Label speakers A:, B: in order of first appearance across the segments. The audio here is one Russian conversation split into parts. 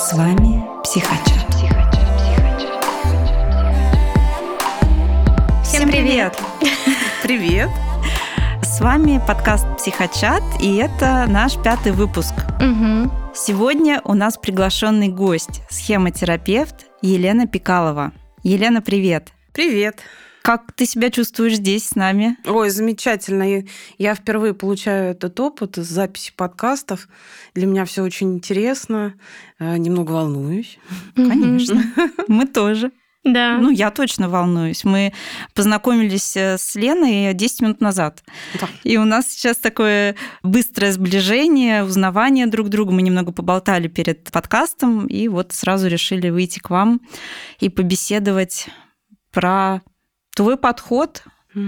A: С вами Психочат.
B: Всем привет!
C: Привет!
A: С вами подкаст Психочат, и это наш 5-й выпуск.
B: Угу.
A: Сегодня у нас приглашенный гость, схемотерапевт Елена Пикалова. Елена, привет!
C: Привет!
A: Как ты себя чувствуешь здесь с нами?
C: Ой, замечательно. Я впервые получаю этот опыт из записи подкастов. Для меня все очень интересно. Немного волнуюсь.
A: Конечно. Мы тоже.
B: Да.
A: Ну, я точно волнуюсь. Мы познакомились с Леной 10 минут назад.
C: Да.
A: И у нас сейчас такое быстрое сближение, узнавание друг друга. Мы немного поболтали перед подкастом, и вот сразу решили выйти к вам и побеседовать про твой подход.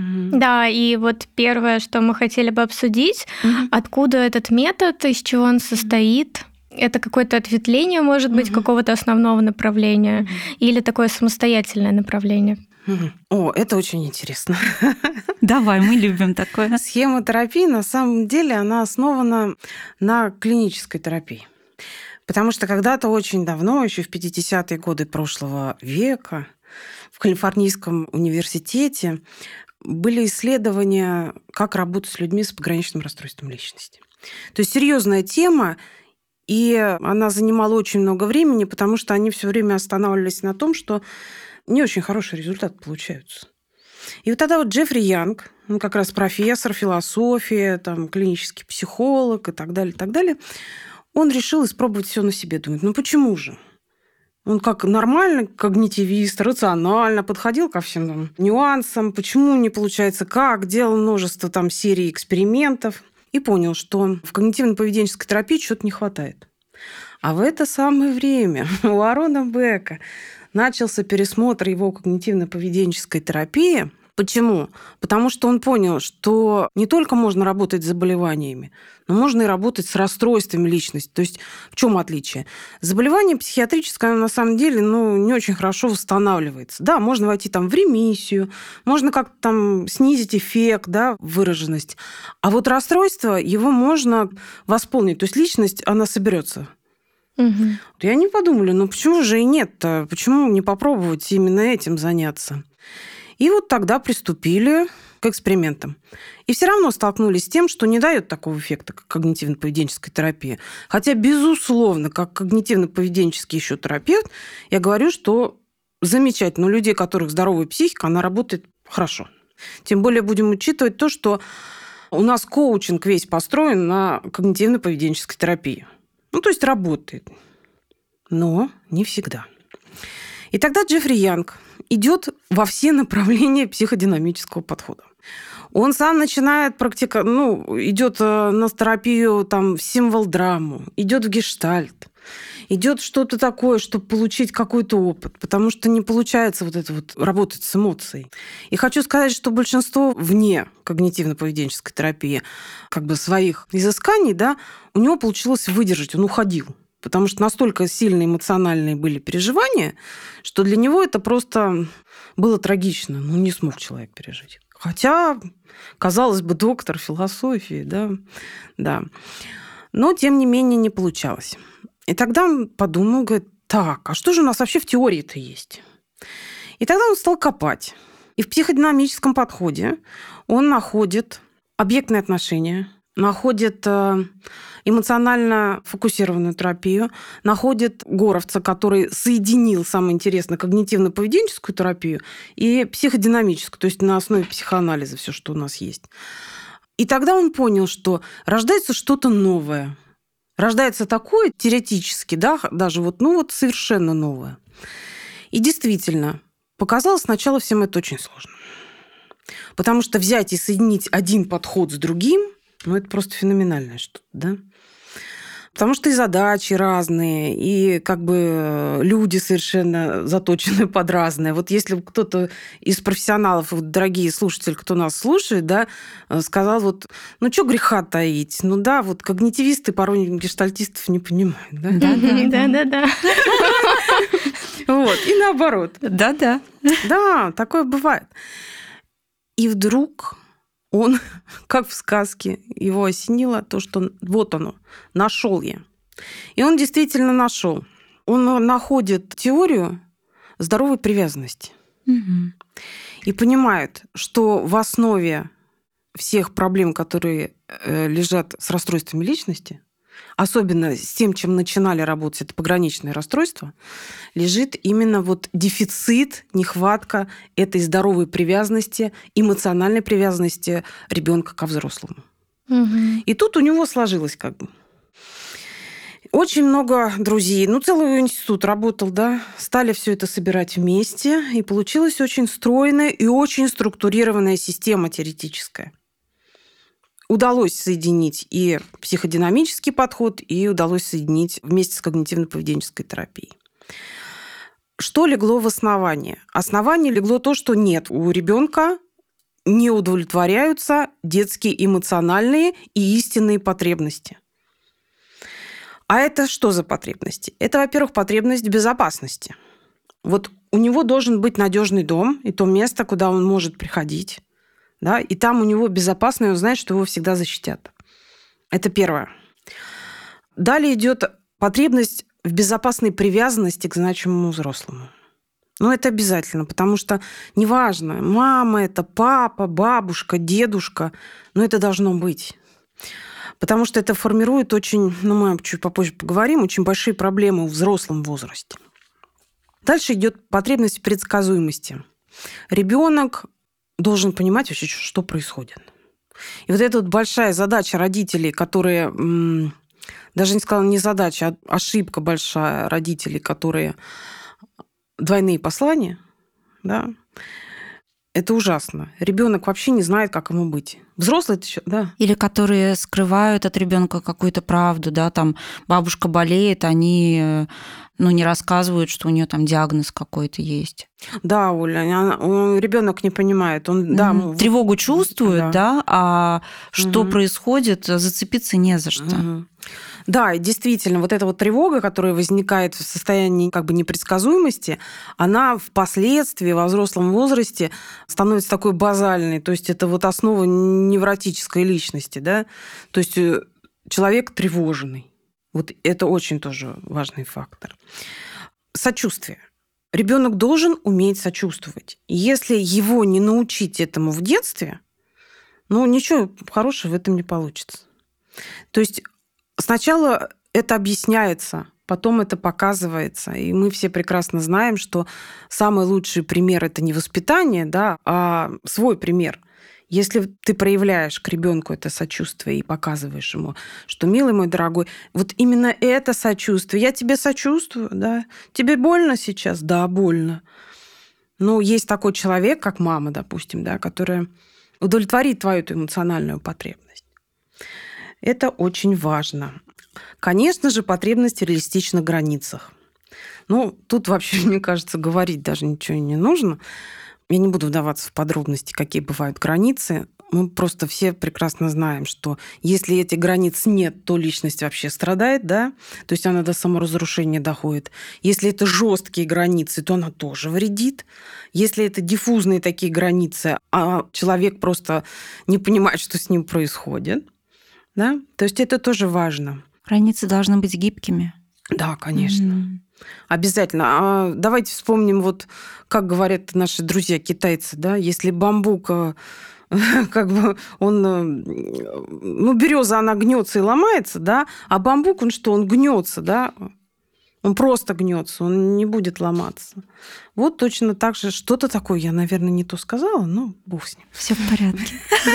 B: Да, и вот первое, что мы хотели бы обсудить, откуда этот метод, из чего он состоит. Это какое-то ответвление, может быть, какого-то основного направления или такое самостоятельное направление?
C: О, это очень интересно.
A: Давай, мы любим такое.
C: Схемотерапия, на самом деле, она основана на клинической терапии. Потому что когда-то очень давно, еще в 50-е годы прошлого века, в Калифорнийском университете были исследования, как работать с людьми с пограничным расстройством личности. То есть серьезная тема, и она занимала очень много времени, потому что они все время останавливались на том, что не очень хорошие результаты получаются. И вот тогда вот Джеффри Янг, он как раз профессор философии, там, клинический психолог и так далее, он решил испробовать все на себе. Думает, ну почему же? Он как нормальный когнитивист, рационально подходил ко всем там нюансам, почему не получается как, делал множество там серий экспериментов и понял, что в когнитивно-поведенческой терапии чего-то не хватает. А в это самое время у Арона Бека начался пересмотр его когнитивно-поведенческой терапии. Почему? Потому что он понял, что не только можно работать с заболеваниями, но можно и работать с расстройствами личности. То есть в чем отличие? Заболевание психиатрическое, на самом деле, не очень хорошо восстанавливается. Да, можно войти там в ремиссию, можно как-то там снизить эффект, да, выраженность. А вот расстройство, его можно восполнить. То есть личность, она соберется. И они подумали, почему же и нет-то? Почему не попробовать именно этим заняться? И вот тогда приступили к экспериментам. И все равно столкнулись с тем, что не дает такого эффекта, как когнитивно-поведенческая терапия. Хотя, безусловно, как когнитивно-поведенческий еще терапевт, я говорю, что замечательно. У людей, у которых здоровая психика, она работает хорошо. Тем более будем учитывать то, что у нас коучинг весь построен на когнитивно-поведенческой терапии. То есть работает. Но не всегда. И тогда Джеффри Янг идет во все направления психодинамического подхода. Он сам начинает идет на терапию там, в символ-драму, идет в гештальт, идет что-то такое, чтобы получить какой-то опыт, потому что не получается работать с эмоцией. И хочу сказать, что большинство вне когнитивно-поведенческой терапии своих изысканий, да, у него получилось выдержать, он уходил. Потому что настолько сильные эмоциональные были переживания, что для него это просто было трагично. Не смог человек пережить. Хотя, казалось бы, доктор философии, да. Но, тем не менее, не получалось. И тогда он подумал, говорит, так, а что же у нас вообще в теории-то есть? И тогда он стал копать. И в психодинамическом подходе он находит объектные отношения, находит эмоционально фокусированную терапию, находит Горовца, который соединил, самое интересное, когнитивно-поведенческую терапию и психодинамическую, то есть на основе психоанализа все, что у нас есть. И тогда он понял, что рождается что-то новое. Рождается такое теоретически, да, даже совершенно новое. И действительно, показалось сначала всем это очень сложно. Потому что взять и соединить один подход с другим, это просто феноменальное что-то, да? Потому что и задачи разные, и люди совершенно заточены под разные. Если кто-то из профессионалов, дорогие слушатели, кто нас слушает, да, сказал, что греха таить? Когнитивисты порой гештальтистов не понимают.
B: Да.
C: И наоборот.
A: Да.
C: Да, такое бывает. И вдруг он, как в сказке, его осенило то, что вот оно, нашел я. И он действительно нашел. он находит теорию здоровой привязанности. И понимает, что в основе всех проблем, которые лежат с расстройствами личности, особенно с тем, чем начинали работать, это пограничное расстройство, лежит именно вот дефицит, нехватка этой здоровой привязанности, эмоциональной привязанности ребенка ко взрослому. И тут у него сложилось как бы. Очень много друзей, целый институт работал, да, стали все это собирать вместе, и получилась очень стройная и очень структурированная система теоретическая. Удалось соединить и психодинамический подход, и удалось соединить вместе с когнитивно-поведенческой терапией. Что легло в основание? Основание легло то, что нет, у ребенка не удовлетворяются детские эмоциональные и истинные потребности. А это что за потребности? Это, во-первых, потребность в безопасности. Вот у него должен быть надежный дом и то место, куда он может приходить. Да? И там у него безопасно, и он знает, что его всегда защитят. Это первое. Далее идет потребность в безопасной привязанности к значимому взрослому. Это обязательно, потому что неважно, мама это, папа, бабушка, дедушка, но это должно быть. Потому что это формирует очень, мы чуть попозже поговорим, очень большие проблемы в взрослом возрасте. Дальше идет потребность в предсказуемости. Ребенок должен понимать вообще, что происходит. И вот эта вот большая задача родителей, которые, даже не сказала не задача, а ошибка большая родителей, которые двойные послания, да, это ужасно. Ребенок вообще не знает, как ему быть. Взрослый это еще, да.
A: Или которые скрывают от ребенка какую-то правду, да, там бабушка болеет, они не рассказывают, что у нее там диагноз какой-то есть.
C: Да, Оля, ребенок не понимает. Он,
A: тревогу чувствует, да, а что происходит, зацепиться не за что.
C: Да, и действительно, вот эта вот тревога, которая возникает в состоянии как бы непредсказуемости, она впоследствии во взрослом возрасте становится такой базальной. То есть это вот основа невротической личности, да. То есть человек тревожный. Вот это очень тоже важный фактор. Сочувствие. Ребенок должен уметь сочувствовать. И если его не научить этому в детстве, ничего хорошего в этом не получится. То есть сначала это объясняется, потом это показывается. И мы все прекрасно знаем, что самый лучший пример – это не воспитание, да, а свой пример. Если ты проявляешь к ребенку это сочувствие и показываешь ему, что, милый мой дорогой, вот именно это сочувствие, я тебе сочувствую, да, тебе больно сейчас? Да, больно. Есть такой человек, как мама, допустим, да, которая удовлетворит твою эту эмоциональную потребность. Это очень важно. Конечно же, потребность в реалистичных границах. Тут вообще, мне кажется, говорить даже ничего не нужно. Я не буду вдаваться в подробности, какие бывают границы. Мы просто все прекрасно знаем, что если этих границ нет, то личность вообще страдает, да? То есть она до саморазрушения доходит. Если это жесткие границы, то она тоже вредит. Если это диффузные такие границы, а человек просто не понимает, что с ним происходит, да? То есть это тоже важно.
A: Границы должны быть гибкими.
C: Да, конечно. Обязательно. Давайте вспомним, вот как говорят наши друзья китайцы, да, если бамбук, как бы он, береза, она гнется и ломается, да, а бамбук, он гнется, да, он просто гнется, он не будет ломаться. Вот точно так же что-то такое, я, наверное, не то сказала, но бог с ним.
A: Все в порядке.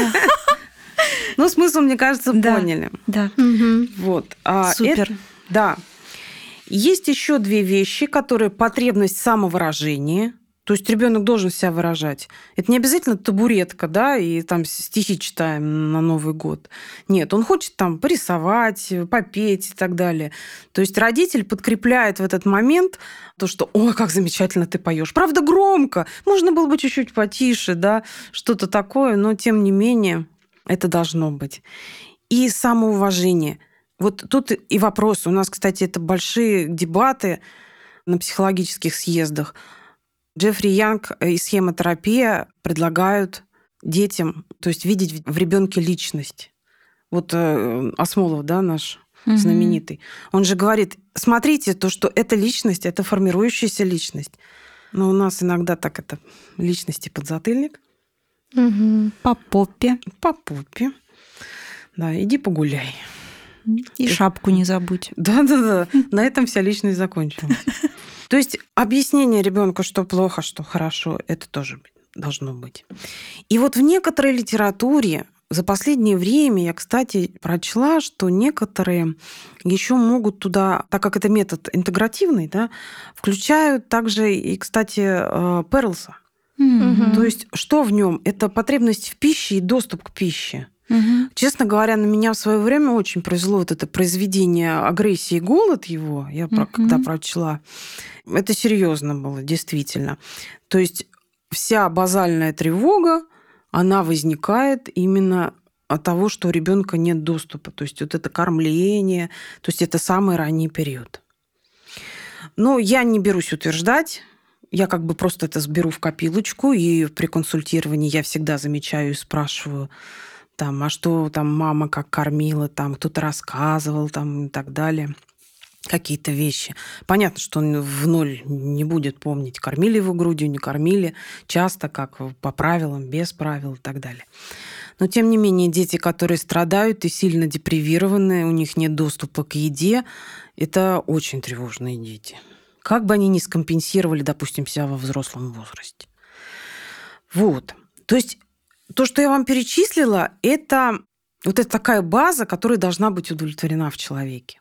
C: Смысл, мне кажется, поняли.
A: Да.
C: Вот.
A: Супер.
C: Да. Есть еще две вещи, которые потребность самовыражения. То есть ребенок должен себя выражать. Это не обязательно табуретка, да, и там стихи читаем на Новый год. Нет, он хочет там порисовать, попеть и так далее. То есть родитель подкрепляет в этот момент то, что «Ой, как замечательно ты поешь». Правда, громко. Можно было бы чуть-чуть потише, да, что-то такое, но тем не менее это должно быть. И самоуважение. Вот тут и вопрос. У нас, кстати, это большие дебаты на психологических съездах. Джеффри Янг и схемотерапия предлагают детям, то есть видеть в ребенке личность. Вот Осмолов, да, наш знаменитый. Он же говорит, смотрите, то, что это личность, это формирующаяся личность. Но у нас иногда так это личности подзатыльник.
A: По попе.
C: По попе. Да, иди погуляй.
A: И шапку не забудь.
C: Да. На этом вся личность закончилась. То есть объяснение ребенку, что плохо, что хорошо, это тоже должно быть. И вот в некоторой литературе за последнее время я, кстати, прочла, что некоторые еще могут туда, так как это метод интегративный, да, включают также и, кстати, Перлса. То есть что в нем? Это потребность в пище и доступ к пище. Честно говоря, на меня в свое время очень произвело вот это произведение «Агрессия и голод» его, я когда прочла. Это серьезно было, действительно. То есть вся базальная тревога, она возникает именно от того, что у ребенка нет доступа. То есть вот это кормление, то есть это самый ранний период. Но я не берусь утверждать, я как бы просто это сберу в копилочку, и при консультировании я всегда замечаю и спрашиваю, там, а что там мама как кормила, там кто-то рассказывал, там и так далее. Какие-то вещи. Понятно, что он в ноль не будет помнить, кормили его грудью, не кормили, часто, как по правилам, без правил и так далее. Но, тем не менее, дети, которые страдают и сильно депривированы, у них нет доступа к еде, это очень тревожные дети. Как бы они ни скомпенсировали, допустим, себя во взрослом возрасте. Вот. То есть то, что я вам перечислила, это вот это такая база, которая должна быть удовлетворена в человеке.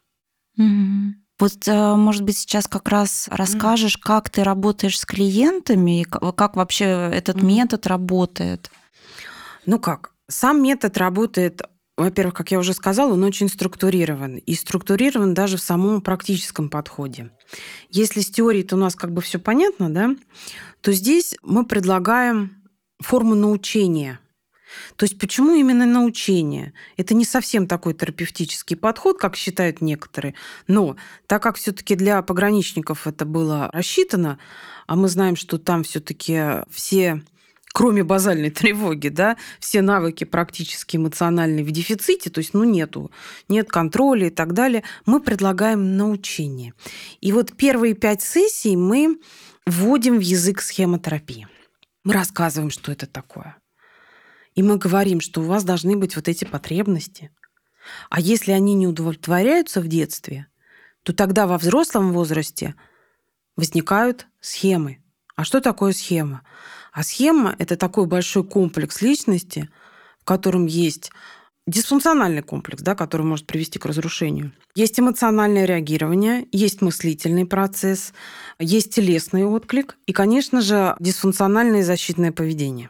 A: Вот, может быть, сейчас как раз расскажешь, как ты работаешь с клиентами, и как вообще этот метод работает.
C: Ну как? Сам метод работает, во-первых, как я уже сказала, он очень структурирован. И структурирован даже в самом практическом подходе. Если с теорией-то у нас как бы все понятно, да, то здесь мы предлагаем форму научения. То есть почему именно научение? Это не совсем такой терапевтический подход, как считают некоторые, но так как все-таки для пограничников это было рассчитано, а мы знаем, что там все-таки все, кроме базальной тревоги, да, все навыки практически эмоциональные в дефиците, то есть нет контроля и так далее, мы предлагаем научение. И вот первые 5 сессий мы вводим в язык схемотерапии. Мы рассказываем, что это такое. И мы говорим, что у вас должны быть вот эти потребности. А если они не удовлетворяются в детстве, то тогда во взрослом возрасте возникают схемы. А что такое схема? А схема – это такой большой комплекс личности, в котором есть дисфункциональный комплекс, да, который может привести к разрушению. Есть эмоциональное реагирование, есть мыслительный процесс, есть телесный отклик и, конечно же, дисфункциональное защитное поведение.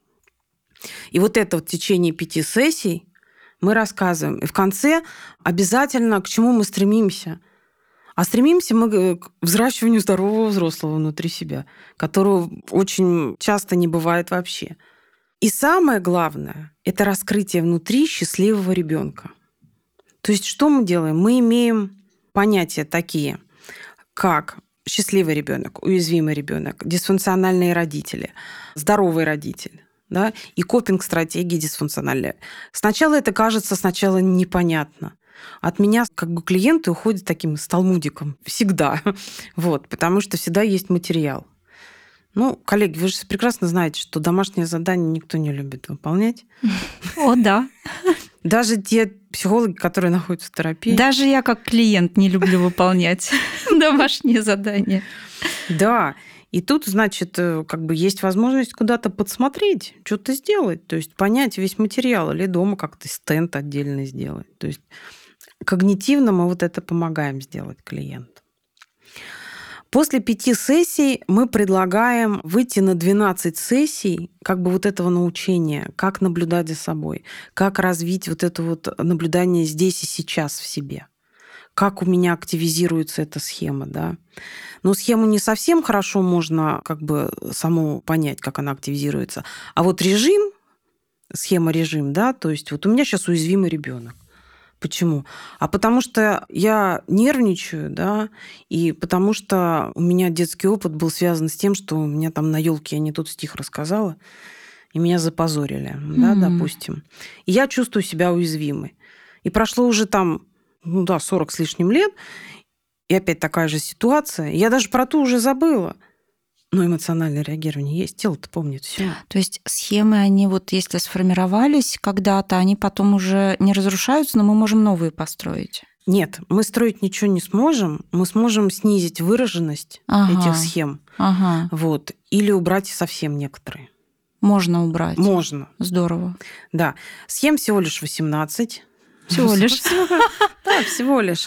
C: И вот это вот в течение 5 сессий мы рассказываем. И в конце обязательно к чему мы стремимся. А стремимся мы к взращиванию здорового взрослого внутри себя, которого очень часто не бывает вообще. И самое главное – это раскрытие внутри счастливого ребенка. То есть что мы делаем? Мы имеем понятия такие, как счастливый ребенок, уязвимый ребенок, дисфункциональные родители, здоровый родитель. Да, и копинг-стратегии дисфункциональные. Сначала это кажется непонятно. От меня как бы клиенты уходят таким талмудиком. Всегда. Вот, потому что всегда есть материал. Ну, коллеги, вы же прекрасно знаете, что домашнее задание никто не любит выполнять.
A: О, да.
C: Даже те психологи, которые находятся в терапии.
A: Даже я как клиент не люблю выполнять домашние задания.
C: Да. И тут, значит, как бы есть возможность куда-то подсмотреть, что-то сделать, то есть понять весь материал или дома как-то стенд отдельно сделать. То есть когнитивно мы вот это помогаем сделать клиенту. После 5 сессий мы предлагаем выйти на 12 сессий как бы вот этого научения, как наблюдать за собой, как развить вот это вот наблюдание здесь и сейчас в себе. Как у меня активизируется эта схема, да. Но схему не совсем хорошо можно как бы саму понять, как она активизируется. А вот режим, схема-режим, да, то есть вот у меня сейчас уязвимый ребенок. Почему? А потому что я нервничаю, да, и потому что у меня детский опыт был связан с тем, что у меня там на елке я не тот стих рассказала, и меня запозорили, да, допустим. И я чувствую себя уязвимой. И прошло уже там 40 с лишним лет, и опять такая же ситуация. Я даже про то уже забыла. Но эмоциональное реагирование есть, тело-то помнит все.
A: То есть схемы, они вот если сформировались когда-то, они потом уже не разрушаются, но мы можем новые построить.
C: Нет, мы строить ничего не сможем. Мы сможем снизить выраженность этих схем. Вот. Или убрать совсем некоторые.
A: Можно убрать.
C: Можно.
A: Здорово.
C: Да. Схем всего лишь 18.
A: Всего лишь.
C: Да, всего лишь.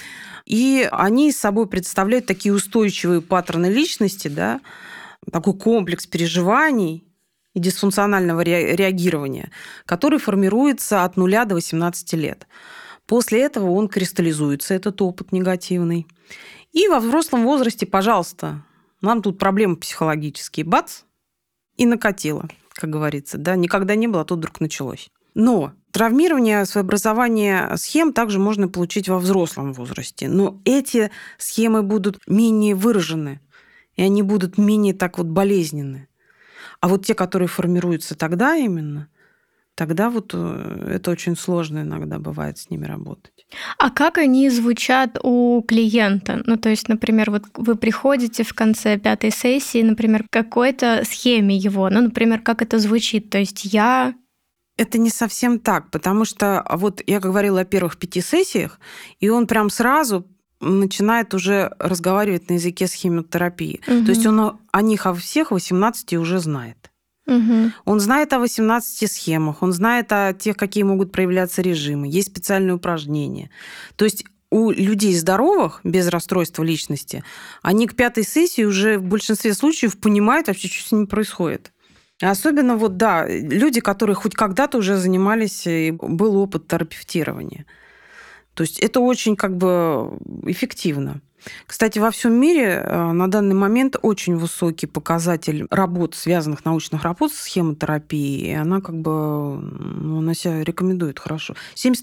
C: И они собой представляют такие устойчивые паттерны личности, да, такой комплекс переживаний и дисфункционального реагирования, который формируется от 0 до 18 лет. После этого он кристаллизуется, этот опыт негативный. И во взрослом возрасте, пожалуйста, нам тут проблемы психологические. Бац! И накатило, как говорится. Да? Никогда не было, а тут вдруг началось. Но травмирование, своеобразование схем также можно получить во взрослом возрасте. Но эти схемы будут менее выражены, и они будут менее так вот болезненны. А вот те, которые формируются тогда именно, тогда вот это очень сложно иногда бывает с ними работать.
B: А как они звучат у клиента? Ну, то есть, например, вот вы приходите в конце 5-й сессии, например, к какой-то схеме его, ну, например, как это звучит? То есть я...
C: Это не совсем так, потому что вот я говорила о первых 5 сессиях, и он прям сразу начинает уже разговаривать на языке схемотерапии. То есть он о них, о всех 18 уже знает. Он знает о 18 схемах, он знает о тех, какие могут проявляться режимы. Есть специальные упражнения. То есть у людей здоровых, без расстройства личности, они к 5-й сессии уже в большинстве случаев понимают вообще, что с ними происходит. Особенно вот, да, люди, которые хоть когда-то уже занимались, и был опыт терапевтирования. То есть это очень как бы эффективно. Кстати, во всем мире на данный момент очень высокий показатель работ, связанных научных работ с схемотерапией, и она как бы она себя рекомендует хорошо.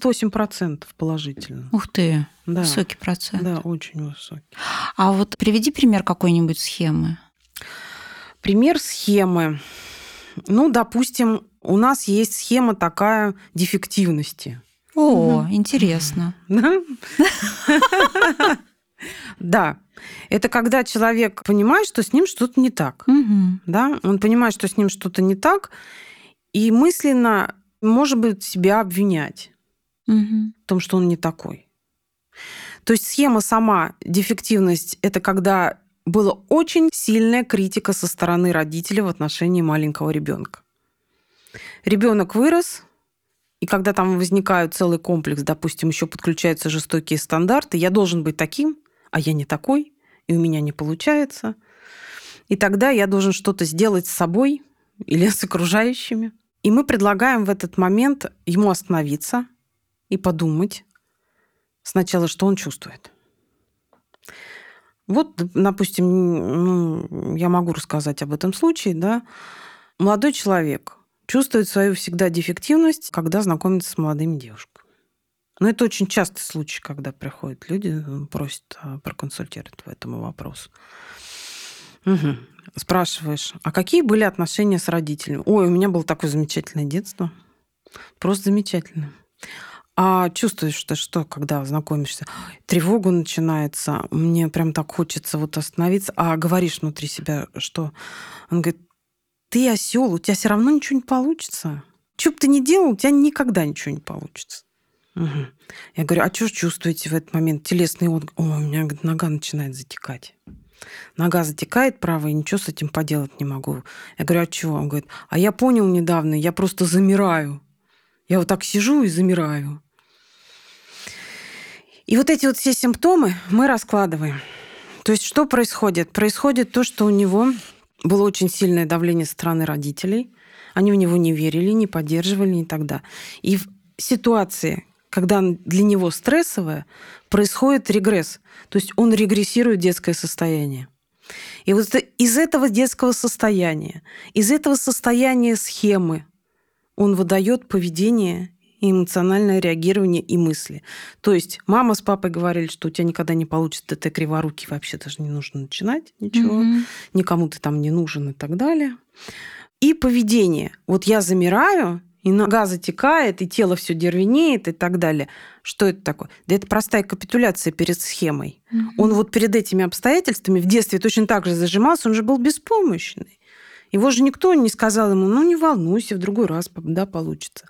C: 78% положительно.
A: Ух ты,
C: да.
A: Высокий процент.
C: Да, очень высокий.
A: А вот приведи пример какой-нибудь схемы.
C: Пример схемы. Ну, допустим, у нас есть схема такая дефективности.
A: О, интересно.
C: Да. Это когда человек понимает, что с ним что-то не так. Да? Он понимает, что с ним что-то не так, и мысленно, может быть, себя обвинять в том, что он не такой. То есть схема сама, дефективность, это когда была очень сильная критика со стороны родителей в отношении маленького ребенка. Ребенок вырос, и когда там возникает целый комплекс, допустим, еще подключаются жестокие стандарты, я должен быть таким, а я не такой, и у меня не получается. И тогда я должен что-то сделать с собой или с окружающими. И мы предлагаем в этот момент ему остановиться и подумать сначала, что он чувствует. Вот, допустим, я могу рассказать об этом случае, да. Молодой человек чувствует свою всегда дефективность, когда знакомится с молодыми девушками. Но это очень частый случай, когда приходят люди, просят проконсультировать по этому вопросу. Спрашиваешь, а какие были отношения с родителями? Ой, у меня было такое замечательное детство. Просто замечательное. А чувствуешь ты что, когда знакомишься? Тревога начинается, мне прям так хочется вот остановиться. А говоришь внутри себя, что? Он говорит, ты осел, у тебя все равно ничего не получится. Что бы ты ни делал, у тебя никогда ничего не получится. Я говорю, а что чувствуете в этот момент? Телесный отклик. О, у меня, говорит, нога начинает затекать. Нога затекает правая, и ничего с этим поделать не могу. Я говорю, а чего? Он говорит, а я понял недавно, я просто замираю. Я вот так сижу и замираю. И вот эти вот все симптомы мы раскладываем. То есть что происходит? Происходит то, что у него было очень сильное давление со стороны родителей. Они в него не верили, не поддерживали и тогда. И в ситуации, когда для него стрессовая, происходит регресс. То есть он регрессирует детское состояние. И вот из этого детского состояния, из этого состояния схемы он выдает поведение и эмоциональное реагирование и мысли. То есть мама с папой говорили, что у тебя никогда не получится, ты криворукий, вообще даже не нужно начинать ничего, никому ты там не нужен и так далее. И поведение. Вот я замираю, и нога затекает, и тело все дервенеет и так далее. Что это такое? Да это простая капитуляция перед схемой. Он вот перед этими обстоятельствами в детстве точно так же зажимался, он же был беспомощный. Его же никто не сказал ему, не волнуйся, в другой раз получится.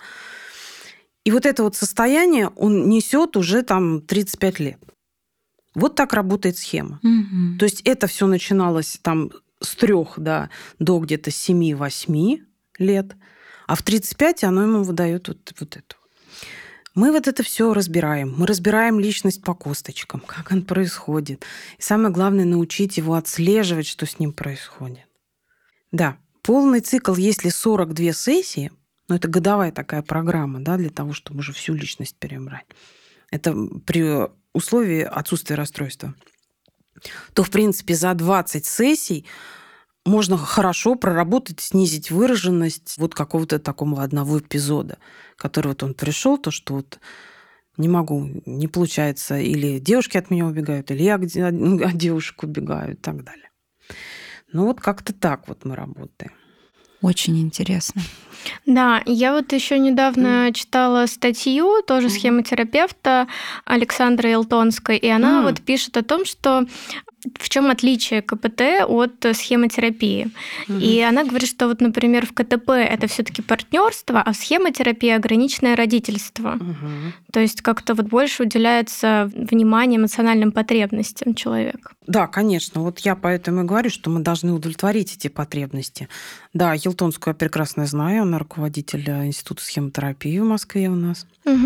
C: И вот это вот состояние он несет уже 35 лет. Вот так работает схема. То есть это все начиналось с 3 до где-то 7-8 лет, а в 35 оно ему выдает вот это. Мы вот это все разбираем. Мы разбираем личность по косточкам, как он происходит. И самое главное, научить его отслеживать, что с ним происходит. Да, полный цикл, если 42 сессии, это годовая такая программа, для того, чтобы уже всю личность перебрать. Это при условии отсутствия расстройства. То, в принципе, за 20 сессий можно хорошо проработать, снизить выраженность вот какого-то такого одного эпизода, который вот он пришел, то, что вот не могу, не получается, или девушки от меня убегают, или я от девушек убегаю и так далее. Вот как-то так вот мы работаем.
A: Очень интересно.
B: Да, я вот еще недавно читала статью тоже схемотерапевта Александры Елтонской, и она вот пишет о том, что в чем отличие КПТ от схемотерапии. И она говорит, что вот, например, в КТП это все-таки партнерство, а в схемотерапии ограниченное родительство. То есть как-то вот больше уделяется внимание эмоциональным потребностям человека.
C: Да, конечно. Вот я поэтому и говорю, что мы должны удовлетворить эти потребности. Да, Елтонскую я прекрасно знаю, она руководитель Института схемотерапии в Москве у нас.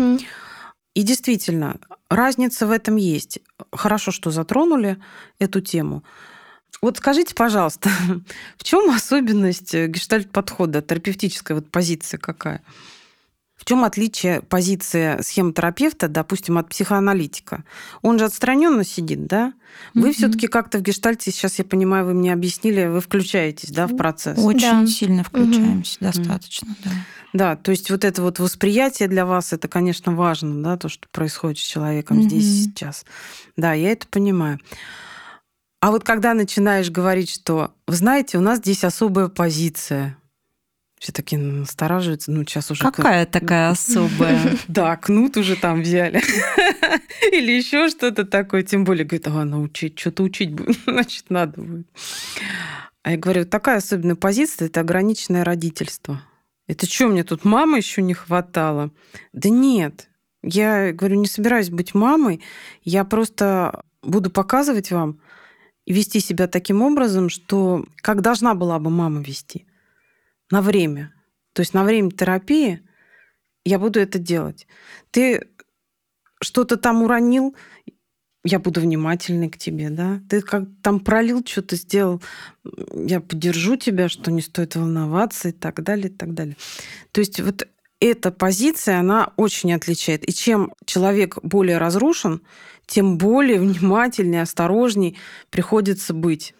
C: И действительно, разница в этом есть. Хорошо, что затронули эту тему. Вот скажите, пожалуйста, в чем особенность гештальт-подхода, терапевтическая позиция какая? В чем отличие позиции схемотерапевта, допустим, от психоаналитика? Он же отстраненно сидит, да? Вы все-таки как-то в гештальте, сейчас я понимаю, вы мне объяснили, вы включаетесь, в процесс?
A: Очень сильно включаемся, достаточно, да.
C: Да, то есть вот это вот восприятие для вас, это, конечно, важно, то, что происходит с человеком здесь и сейчас. Да, я это понимаю. А вот когда начинаешь говорить, что, вы знаете, у нас здесь особая позиция, все такие настораживаются, сейчас уже...
A: Какая такая особая?
C: Да, кнут уже там взяли. Или еще что-то такое. Тем более, говорит, научить, что-то учить будет, значит, надо будет. А я говорю, такая особенная позиция – это ограниченное родительство. Это что, мне тут мамы еще не хватало? Да нет. Я, говорю, не собираюсь быть мамой. Я просто буду показывать вам и вести себя таким образом, что как должна была бы мама вести. На время. То есть на время терапии я буду это делать. Ты что-то там уронил, я буду внимательной к тебе, да? Ты как там пролил, что-то сделал, я поддержу тебя, что не стоит волноваться и так далее, и так далее. То есть вот эта позиция, она очень отличает. И чем человек более разрушен, тем более внимательнее, осторожней приходится быть.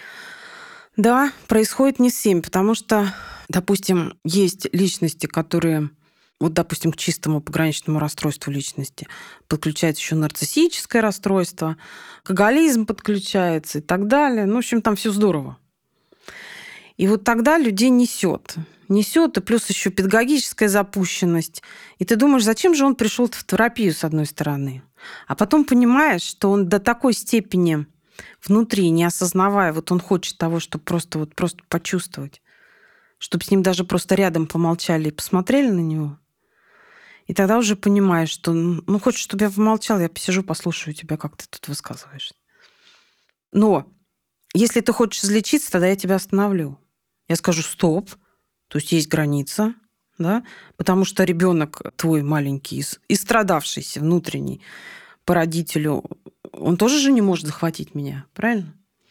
C: Да, происходит не всем, потому что, допустим, есть личности, которые... Вот, допустим, к чистому пограничному расстройству личности подключается еще нарциссическое расстройство, алкоголизм подключается и так далее. В общем, там все здорово. И вот тогда людей несет. Несет, и плюс еще педагогическая запущенность. И ты думаешь, зачем же он пришел в терапию, с одной стороны? А потом понимаешь, что он до такой степени внутри, не осознавая, вот он хочет того, чтобы просто почувствовать, чтобы с ним даже просто рядом помолчали и посмотрели на него. И тогда уже понимаешь, что, хочешь, чтобы я помолчал, я посижу, послушаю тебя, как ты тут высказываешься. Но если ты хочешь излечиться, тогда я тебя остановлю. Я скажу стоп, то есть граница, да, потому что ребенок твой маленький, истрадавшийся внутренний по родителю, он тоже же не может захватить меня, правильно?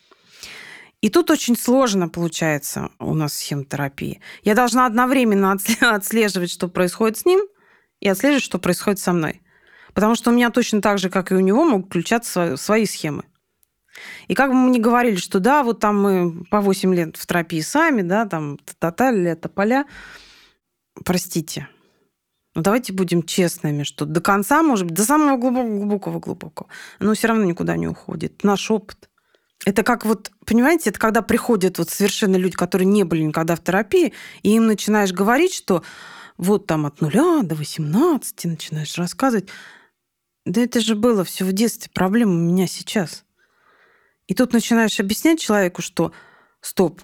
C: И тут очень сложно получается у нас в схемотерапии. Я должна одновременно отслеживать, что происходит с ним, и отслеживать, что происходит со мной. Потому что у меня точно так же, как и у него, могут включаться свои схемы. И как бы мы ни говорили, что да, вот там мы по 8 лет в терапии сами, да, там тотали, тополя. Простите. Но давайте будем честными, что до конца, может быть, до самого глубокого, оно все равно никуда не уходит. Наш опыт. Это как вот, понимаете, это когда приходят вот совершенно люди, которые не были никогда в терапии, и им начинаешь говорить, что вот там от 0 до 18 начинаешь рассказывать. Да это же было все в детстве, проблема у меня сейчас. И тут начинаешь объяснять человеку, что стоп,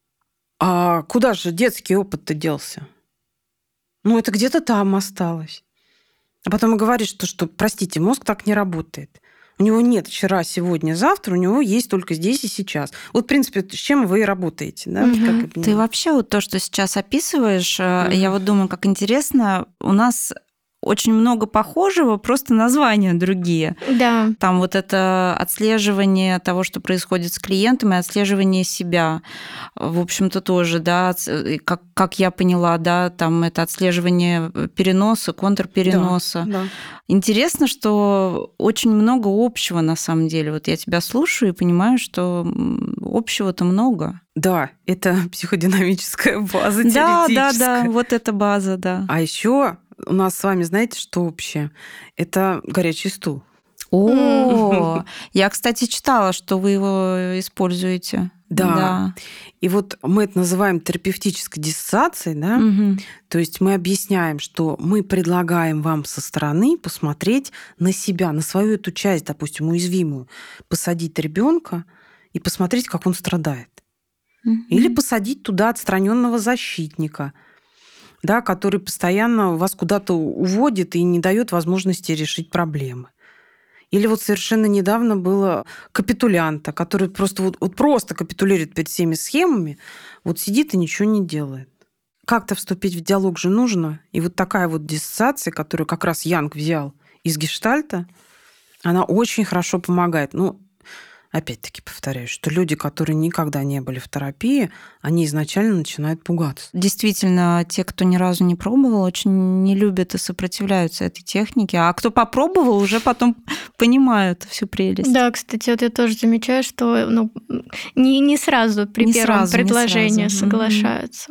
C: а куда же детский опыт-то делся? Ну, это где-то там осталось. А потом и говоришь, что, простите, мозг так не работает. У него нет вчера, сегодня, завтра, у него есть только здесь и сейчас. Вот, в принципе, с чем вы и работаете. Да?
A: Ты вообще вот то, что сейчас описываешь, я вот думаю, как интересно, у нас очень много похожего, просто названия другие.
B: Да.
A: Там вот это отслеживание того, что происходит с клиентом, и отслеживание себя. В общем-то, тоже, да, как я поняла, да, там это отслеживание переноса, контрпереноса.
C: Да.
A: Интересно, что очень много общего на самом деле. Вот я тебя слушаю и понимаю, что общего-то много.
C: Да, это психодинамическая база теоретическая.
A: Да, вот эта база, да.
C: А еще у нас с вами, знаете, что общее? Это горячий стул.
A: О, я, кстати, читала, что вы его используете.
C: Да. И вот мы это называем терапевтической диссоциацией, да? То есть мы объясняем, что мы предлагаем вам со стороны посмотреть на себя, на свою эту часть, допустим, уязвимую, посадить ребенка и посмотреть, как он страдает. Или посадить туда отстраненного защитника, да, который постоянно вас куда-то уводит и не дает возможности решить проблемы. Или вот совершенно недавно было капитулянта, который просто просто капитулирует перед всеми схемами, вот сидит и ничего не делает. Как-то вступить в диалог же нужно. И вот такая вот диссоциация, которую как раз Янг взял из гештальта, она очень хорошо помогает. Ну, опять-таки повторяю, что люди, которые никогда не были в терапии, они изначально начинают пугаться.
A: Действительно, те, кто ни разу не пробовал, очень не любят и сопротивляются этой технике. А кто попробовал, уже потом понимают всю прелесть.
B: Да, кстати, вот я тоже замечаю, что не сразу при первом предложении соглашаются.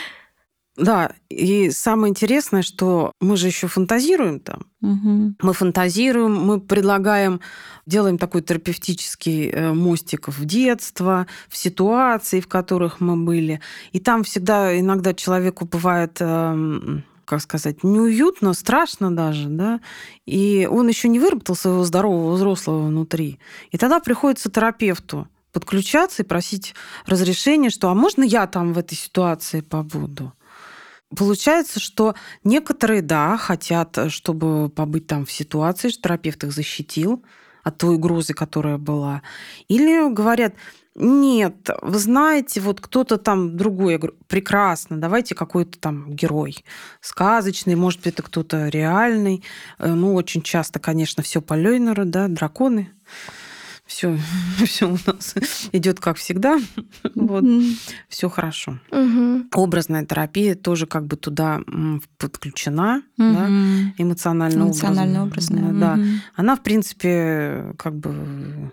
C: Да, и самое интересное, что мы же еще фантазируем там. Мы фантазируем, мы предлагаем, делаем такой терапевтический мостик в детство, в ситуации, в которых мы были. И там всегда, иногда человеку бывает, как сказать, неуютно, страшно даже, да, и он еще не выработал своего здорового взрослого внутри. И тогда приходится терапевту подключаться и просить разрешения, что «а можно я там в этой ситуации побуду?» Получается, что некоторые, да, хотят, чтобы побыть там в ситуации, что терапевт их защитил от той угрозы, которая была. Или говорят, нет, вы знаете, вот кто-то там другой. Я говорю, прекрасно, давайте какой-то там герой сказочный, может быть, это кто-то реальный. Ну, очень часто, конечно, все по Лёйнеру, да, драконы. Все у нас идет как всегда. Вот. Все хорошо. Образная терапия тоже как бы туда подключена, да, эмоционально-образная. Да. Она, в принципе, как бы...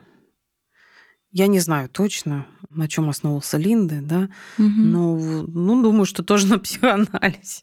C: Я не знаю точно, на чем основывался Линде, да, но думаю, что тоже на психоанализе.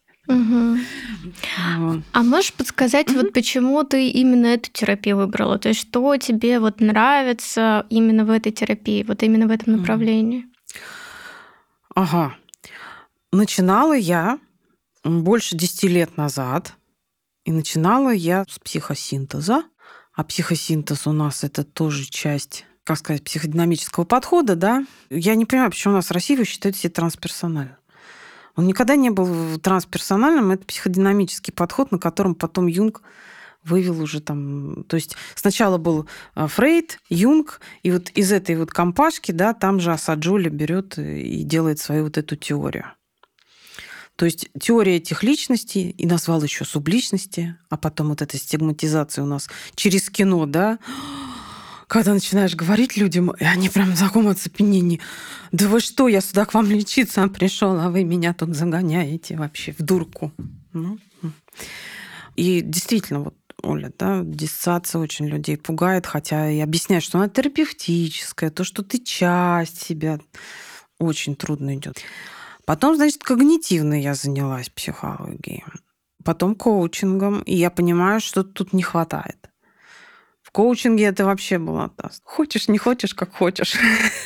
B: А можешь подсказать, вот почему ты именно эту терапию выбрала? То есть что тебе вот нравится именно в этой терапии, вот именно в этом направлении?
C: Ага. Начинала я больше 10 лет назад, и начинала я с психосинтеза. А психосинтез у нас это тоже часть, как сказать, психодинамического подхода, да. Я не понимаю, почему у нас в России вы считаете себя трансперсональным. Он никогда не был трансперсональным. Это психодинамический подход, на котором потом Юнг вывел уже там... То есть сначала был Фрейд, Юнг, и вот из этой вот компашки, да, там же Асаджоли берет и делает свою вот эту теорию. То есть теория этих личностей, и назвал еще субличности, а потом вот эта стигматизация у нас через кино, да, когда начинаешь говорить людям, и они прям в таком оцепенении. Да вы что, я сюда к вам лечиться пришел, а вы меня тут загоняете вообще в дурку. И действительно, вот, Оля, да, диссоциация очень людей пугает, хотя и объясняет, что она терапевтическая, то, что ты часть себя, очень трудно идет. Потом, значит, когнитивно я занялась психологией. Потом коучингом, и я понимаю, что тут не хватает. В коучинге это вообще было так. Хочешь, не хочешь, как хочешь.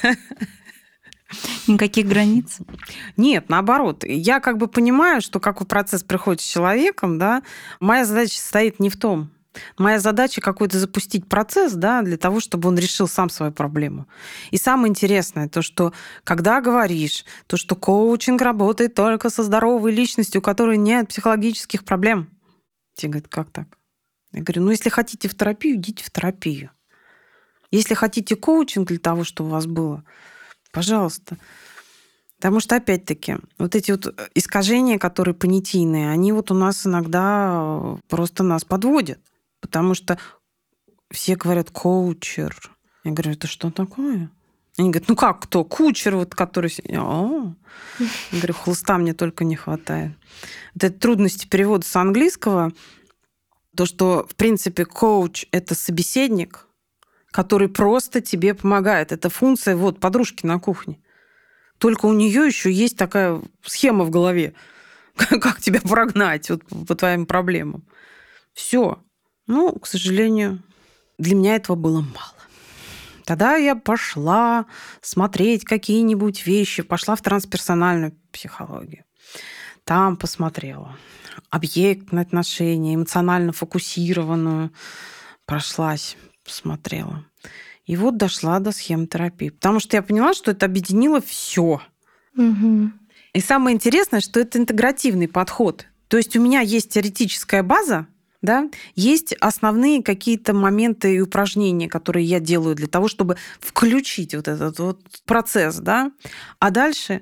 A: Никаких границ?
C: Нет, наоборот. Я как бы понимаю, что какой процесс проходит с человеком, да, моя задача состоит не в том, Моя задача какой-то запустить процесс, да, для того, чтобы он решил сам свою проблему. И самое интересное, то, что когда говоришь, то, что коучинг работает только со здоровой личностью, у которой нет психологических проблем. Тебе говорят, как так? Я говорю, если хотите в терапию, идите в терапию. Если хотите коучинг для того, чтобы у вас было, пожалуйста. Потому что, опять-таки, вот эти вот искажения, которые понятийные, они вот у нас иногда просто нас подводят. Потому что все говорят «коучер». Я говорю, это что такое? Они говорят, как кто? Кучер, вот, который... Я говорю, хлыста мне только не хватает. Это трудности перевода с английского. То, что, в принципе, коуч – это собеседник, который просто тебе помогает. Это функция подружки на кухне. Только у нее еще есть такая схема в голове, как тебя прогнать по твоим проблемам. Все. К сожалению, для меня этого было мало. Тогда я пошла смотреть какие-нибудь вещи, пошла в трансперсональную психологию. Там посмотрела объектные отношения, эмоционально фокусированную. Прошлась, посмотрела. И дошла до схемотерапии. Потому что я поняла, что это объединило все.
B: Угу.
C: И самое интересное, что это интегративный подход. То есть у меня есть теоретическая база, да, есть основные какие-то моменты и упражнения, которые я делаю для того, чтобы включить этот процесс, да. А дальше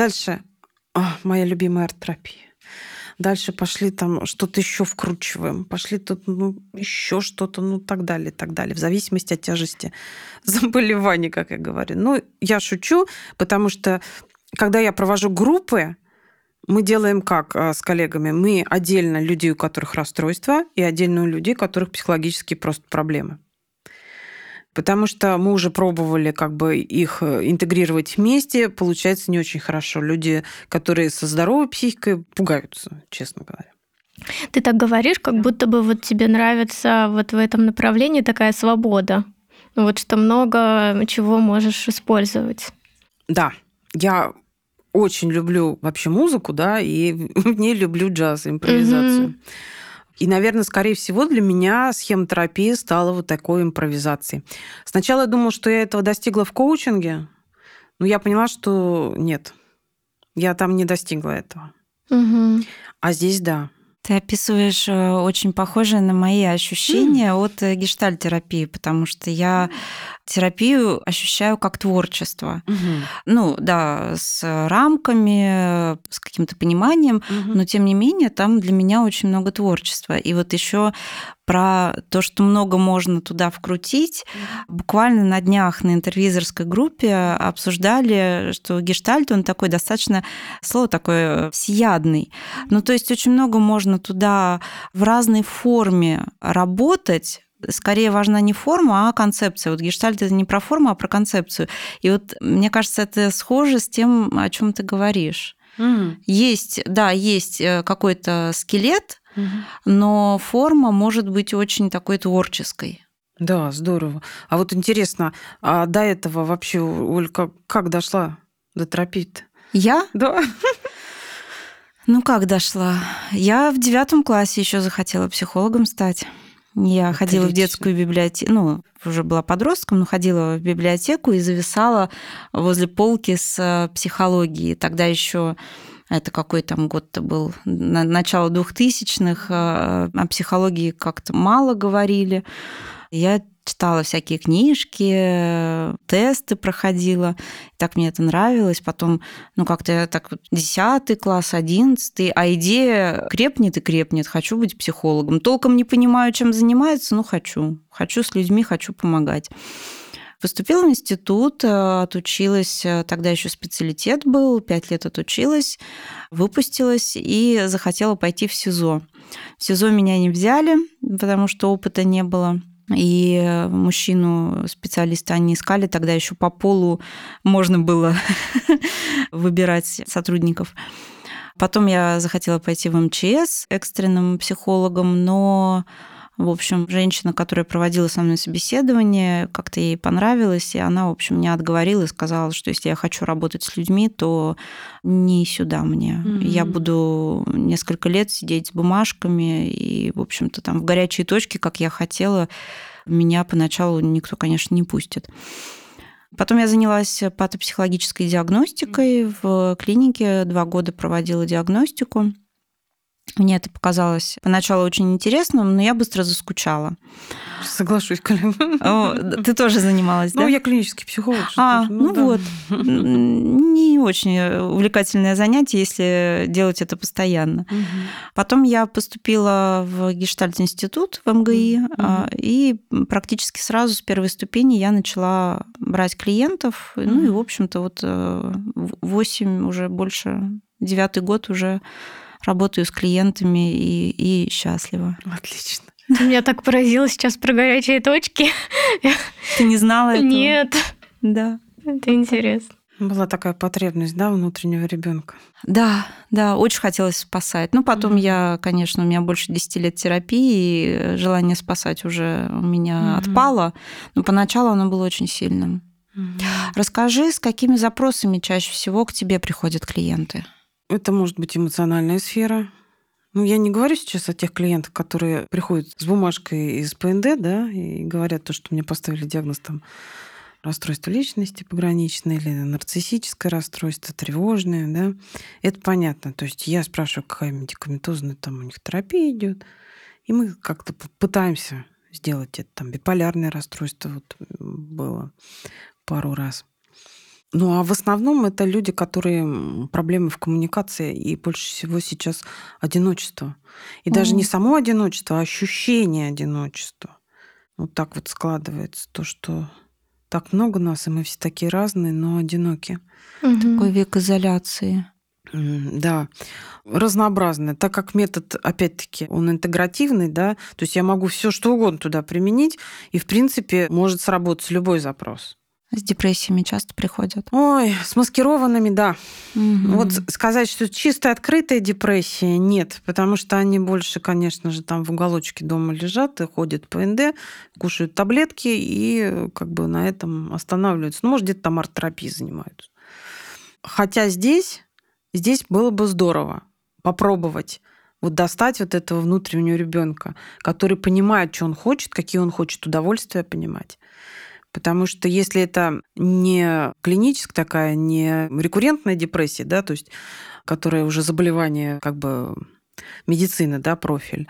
C: моя любимая арт-терапия. Дальше пошли там что-то еще вкручиваем, пошли тут еще что-то, так далее, так далее, в зависимости от тяжести заболевания, как я говорю. Я шучу, потому что когда я провожу группы, мы делаем как с коллегами? Мы отдельно людей, у которых расстройства, и отдельно у людей, у которых психологические просто проблемы. Потому что мы уже пробовали их интегрировать вместе, получается не очень хорошо. Люди, которые со здоровой психикой, пугаются, честно говоря.
B: Ты так говоришь, как будто бы тебе нравится в этом направлении такая свобода. Что много чего можешь использовать.
C: Да, я очень люблю вообще музыку, да, и в ней люблю джаз, импровизацию. И, наверное, скорее всего, для меня схемотерапия стала такой импровизацией. Сначала я думала, что я этого достигла в коучинге, но я поняла, что нет, я там не достигла этого.
B: Угу.
C: А здесь да.
A: Ты описываешь очень похожие на мои ощущения от гештальт-терапии, потому что я терапию ощущаю как творчество. С рамками, с каким-то пониманием, но тем не менее там для меня очень много творчества. И еще про то, что много можно туда вкрутить. Буквально на днях на интервизорской группе обсуждали, что гештальт, он такой достаточно, слово такое, всеядный. То есть очень много можно туда в разной форме работать. Скорее важна не форма, а концепция. Гештальт – это не про форму, а про концепцию. И мне кажется, это схоже с тем, о чем ты говоришь. Есть какой-то скелет, но форма может быть очень такой творческой.
C: Да, здорово. А интересно, а до этого вообще, Оль, как дошла до терапии-то?
A: Я?
C: Да.
A: Как дошла? Я в 9 классе еще захотела психологом стать. Я ходила в детскую библиотеку, уже была подростком, но ходила в библиотеку и зависала возле полки с психологией. Тогда еще это какой там год-то был, начало 2000-х, о психологии как-то мало говорили. Я читала всякие книжки, тесты проходила. Так мне это нравилось. Потом, как-то я 10 класс, 11, а идея крепнет и крепнет. Хочу быть психологом. Толком не понимаю, чем занимается, но хочу. Хочу с людьми, хочу помогать. Поступила в институт, отучилась, тогда еще специалитет был, 5 лет отучилась, выпустилась и захотела пойти в СИЗО. В СИЗО меня не взяли, потому что опыта не было. И мужчину-специалиста они искали, тогда еще по полу можно было выбирать сотрудников. Потом я захотела пойти в МЧС экстренным психологом, но В общем, женщина, которая проводила со мной собеседование, как-то ей понравилось, и она, в общем, меня отговорила и сказала, что если я хочу работать с людьми, то не сюда мне. Я буду несколько лет сидеть с бумажками, и, в общем-то, там в горячие точки, как я хотела, меня поначалу никто, конечно, не пустит. Потом я занялась патопсихологической диагностикой в клинике, 2 года проводила диагностику. Мне это показалось поначалу очень интересным, но я быстро заскучала.
C: Соглашусь, Калин.
A: Ты тоже занималась, да?
C: Ну, я клинический психолог.
A: Вот. Не очень увлекательное занятие, если делать это постоянно. Потом я поступила в Гештальт-институт в МГИ, и практически сразу с первой ступени я начала брать клиентов. Ну и, в общем-то, вот 8, уже больше, 9-й год уже работаю с клиентами и счастлива.
C: Отлично.
B: Ты меня так поразила сейчас про горячие точки.
A: Ты не знала этого?
B: Нет.
A: Да.
B: Это интересно.
C: Была такая потребность, да, внутреннего ребенка.
A: Да, очень хотелось спасать. Ну, потом я, конечно, у меня больше 10 лет терапии, и желание спасать уже у меня отпало, но поначалу оно было очень сильным. Расскажи, с какими запросами чаще всего к тебе приходят клиенты?
C: Это может быть эмоциональная сфера. Ну, я не говорю сейчас о тех клиентах, которые приходят с бумажкой из ПНД, да, и говорят то, что мне поставили диагноз там расстройство личности пограничное или нарциссическое расстройство, тревожное, да. Это понятно. То есть я спрашиваю, какая медикаментозная там у них терапия идет, и мы как-то пытаемся сделать это. Там биполярное расстройство вот было пару раз. Ну, а в основном это люди, которые проблемы в коммуникации, и больше всего сейчас одиночество. И даже не само одиночество, а ощущение одиночества. Вот так вот складывается то, что так много нас, и мы все такие разные, но одиноки.
A: Такой век изоляции.
C: Да, разнообразное. Так как метод, опять-таки, он интегративный, да, то есть я могу все что угодно туда применить, и, в принципе, может сработать любой запрос.
A: С депрессиями часто приходят?
C: Ой, с маскированными, да. Вот сказать, что чисто открытая депрессия, нет, потому что они больше, конечно же, там в уголочке дома лежат и ходят по НД, кушают таблетки и как бы на этом останавливаются. Ну, может, где-то там арт-терапией занимаются. Хотя здесь было бы здорово попробовать вот достать вот этого внутреннего ребенка, который понимает, что он хочет, какие он хочет удовольствия понимать. Потому что если это не клиническая такая, не рекуррентная депрессия, да, то есть которая уже заболевание как бы медицины, да, профиль,